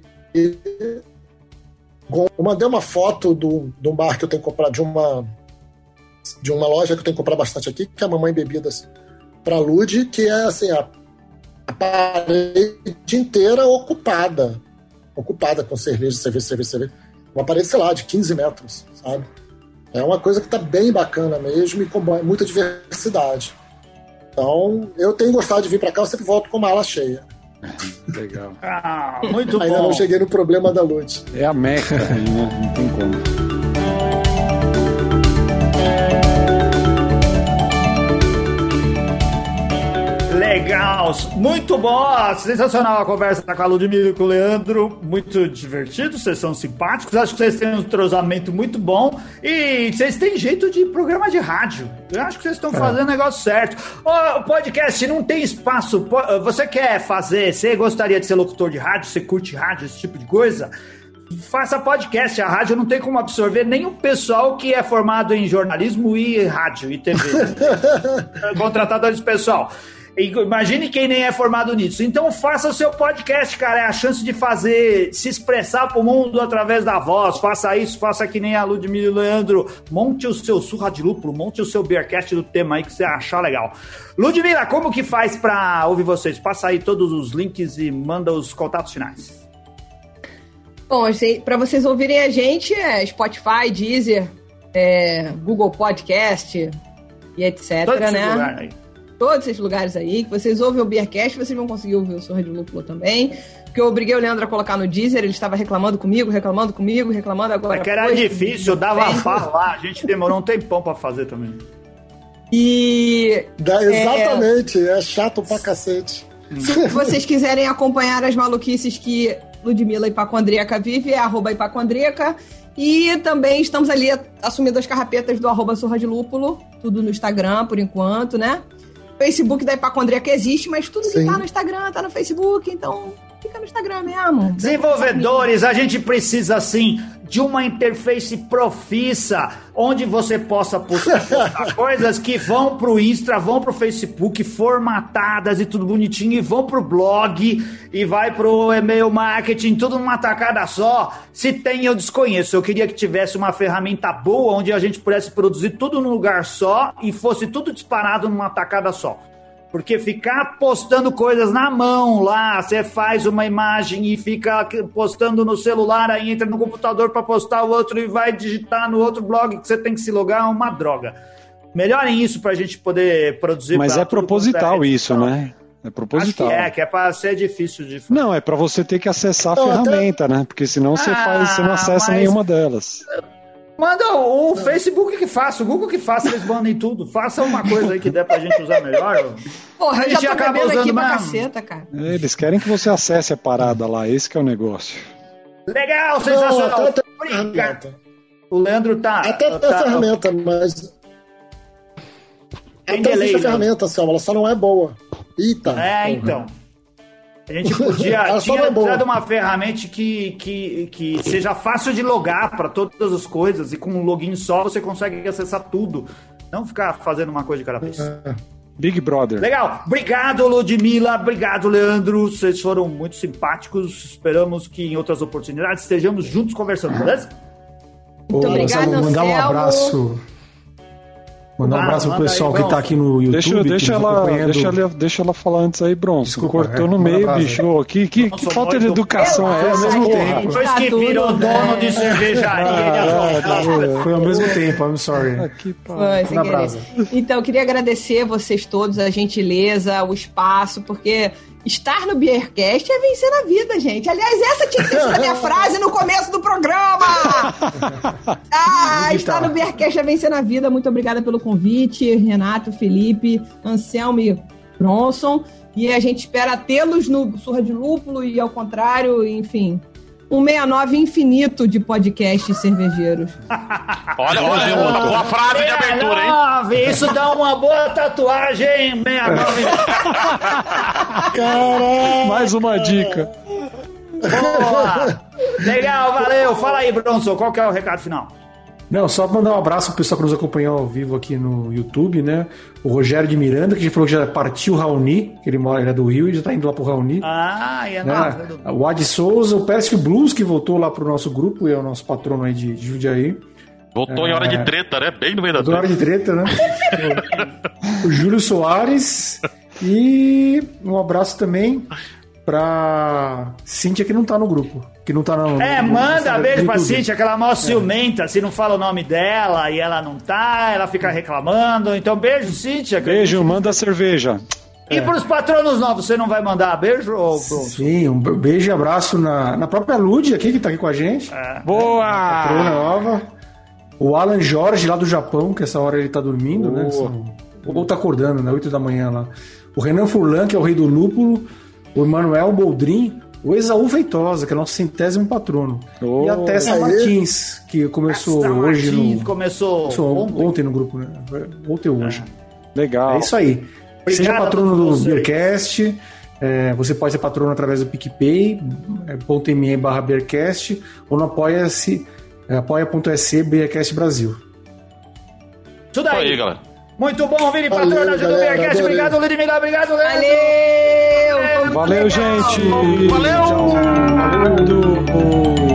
Eu mandei uma foto do, de um bar que eu tenho comprado, de uma, de uma loja que eu tenho comprado bastante aqui, que é a Mamãe Bebidas pra Lud, que é assim, a, a parede inteira ocupada. Ocupada com cerveja, cerveja, cerveja, cerveja. Uma parede, sei lá, de quinze metros, sabe? É uma coisa que tá bem bacana mesmo e com muita diversidade. Então, eu tenho gostado de vir pra cá, eu sempre volto com uma ala cheia. Legal. Ah, muito Ainda bom. não cheguei no problema da Lud. É a Meca, né? Não tem como. Legal, muito bom, sensacional a conversa com a Ludmilla e com o Leandro, muito divertido, vocês são simpáticos, acho que vocês têm um entrosamento muito bom e vocês têm jeito de programa de rádio, eu acho que vocês estão fazendo o negócio certo. Oh, o podcast não tem espaço, você quer fazer, você gostaria de ser locutor de rádio, você curte rádio, esse tipo de coisa? Faça podcast, a rádio não tem como absorver nem o pessoal que é formado em jornalismo e rádio e T V. Contratadores pessoal. Imagine quem nem é formado nisso. Então faça o seu podcast, cara. É a chance de fazer, se expressar pro mundo através da voz. Faça isso, faça que nem a Ludmilla e o Leandro. Monte o seu surra de lúpulo, monte o seu beercast do tema aí que você achar legal. Ludmilla, como que faz pra ouvir vocês? Passa aí todos os links e manda os contatos finais. Bom, para vocês ouvirem a gente, é Spotify, Deezer, é, Google Podcast e etc, Todo esse né? lugar aí. Todos esses lugares aí, que vocês ouvem o Beercast, vocês vão conseguir ouvir o Surra de Lúpulo também, porque eu obriguei o Leandro a colocar no Deezer, ele estava reclamando comigo, reclamando comigo, reclamando agora. É que era foi, difícil, dava a falar, a gente demorou um tempão pra fazer também. E... Dá, exatamente, é... é chato pra cacete. Se vocês quiserem acompanhar as maluquices que Ludmilla Ipacondrieca vive, é arroba Ipacondrieca. E também estamos ali assumindo as carrapetas do arroba Surra de Lúpulo, tudo no Instagram, por enquanto, né? Facebook da Ipacondrieca existe, mas tudo Sim. que tá no Instagram, tá no Facebook, então fica no Instagram mesmo. Desenvolvedores, a gente precisa, sim, de uma interface profissa, onde você possa postar coisas que vão pro Insta, vão pro Facebook, formatadas e tudo bonitinho, e vão pro blog, e vai pro e-mail marketing, tudo numa tacada só. Se tem, eu desconheço. Eu queria que tivesse uma ferramenta boa, onde a gente pudesse produzir tudo num lugar só, e fosse tudo disparado numa tacada só. Porque ficar postando coisas na mão lá, você faz uma imagem e fica postando no celular, aí entra no computador para postar o outro e vai digitar no outro blog que você tem que se logar, é uma droga. Melhorem isso pra gente poder produzir. Mas é proposital isso, né? É proposital. Acho que é, que é pra ser difícil de fazer. Não, é pra você ter que acessar a Não, ferramenta, até... né? Porque senão você, ah, faz, você não acessa mas... nenhuma delas. Manda o Facebook que faça, o Google que faça, eles mandem tudo. Faça uma coisa aí que der pra gente usar melhor. Porra, a eu gente já tô acaba bebendo aqui usando pra mesmo. caceta, cara. É, eles querem que você acesse a parada lá, esse que é o negócio. Legal, Não, sensacional. até tem ferramenta. O Leandro tá... Até tem tá, a ferramenta, mas... Tem Até delay, existe a né? ferramenta, Selma, ela só não é boa. Eita. É, então. A gente podia Ela só tinha não é boa. dado uma ferramenta que, que, que seja fácil de logar para todas as coisas, e com um login só você consegue acessar tudo. Não ficar fazendo uma coisa de cada vez. Big Brother. Legal. Obrigado, Ludmilla. Obrigado, Leandro. Vocês foram muito simpáticos. Esperamos que em outras oportunidades estejamos juntos conversando, beleza? Muito Ô, obrigado, Gonçalo, mandar um Anselmo. abraço. Mandar um Ah, abraço pro manda pessoal aí, que vamos. tá aqui no YouTube. Deixa, deixa, que nos ela, acompanhando. deixa, ela, deixa ela falar antes aí, Bronson. Desculpa, Cortou é, no manda meio, abraço. bicho. Que, que, Nossa, que falta de muito educação bem. é essa, Ao mesmo porra? tempo. Depois Tá que tudo virou bem. dono de cervejaria. Foi ao mesmo tempo, I'm sorry. Aqui, pá. Foi, sem Na querer. brasa. Então, eu queria agradecer vocês todos, a gentileza, o espaço, porque estar no Beercast é vencer na vida, gente. Aliás, essa tinha que ter sido a minha frase no começo do programa! Ah, estar no Beercast é vencer na vida. Muito obrigada pelo convite, Renato, Felipe, Anselmo e Bronson. E a gente espera tê-los no Surra de Lúpulo e ao contrário, enfim... um sessenta e nove infinito de podcasts cervejeiros. Olha, olha, uma boa frase de abertura, hein? nove, isso dá uma boa tatuagem, sessenta e nove. Caraca! Mais uma dica. Boa. Legal, valeu. Fala aí, Bronson, qual que é o recado final? Não, só mandar um abraço pro pessoal que nos acompanhou ao vivo aqui no YouTube, né? O Rogério de Miranda, que já falou que já partiu o Raoni, que ele mora, ele é do Rio e já tá indo lá pro Raoni. Ah, e é né? nóis. O Ad Souza, o Pércio Blues, que voltou lá pro nosso grupo e é o nosso patrono aí de, de Jundiaí. Voltou em hora de treta, né? Bem no meio da Do hora treta. de treta, né? o Júlio Soares e um abraço também pra Cíntia, que não tá no grupo. Que não tá no, É, no- no- manda no- beijo no pra YouTube. Cintia, aquela mó ciumenta, se não fala o nome dela e ela não tá, ela fica reclamando. Então, beijo, Cintia. Beijo, manda cerveja. E pros patronos novos, você não vai mandar beijo, ou Bronson? Sim, um beijo e abraço na, na própria Lud aqui, que tá aqui com a gente. Boa! Patrona nova. O Alan Jorge, lá do Japão, que essa hora ele tá dormindo, né? São- ou tá acordando, né? oito da manhã lá. O Renan Furlan, que é o rei do lúpulo. O Emanuel Boldrin. O Exaú Feitosa, que é nosso centésimo patrono. Oh. E a Tessa Aê. Martins, que começou Tessa hoje Martins no... começou começou ontem. ontem no grupo, né? Ontem ou hoje. Legal. É isso aí. Obrigado Seja patrono a do todos vocês. Beercast. É, você pode ser patrono através do PicPay, é, .me barra Beercast, ou no apoia-se, é, apoia.se Beercast Brasil. Tudo Isso aí. aí, galera. Muito bom, Vini, Valeu, patrona, ajuda o galera, Beercast. adorei. Obrigado, Ludmilla. Obrigado, Leandro. Valeu! Valeu, gente! Valeu! Valeu!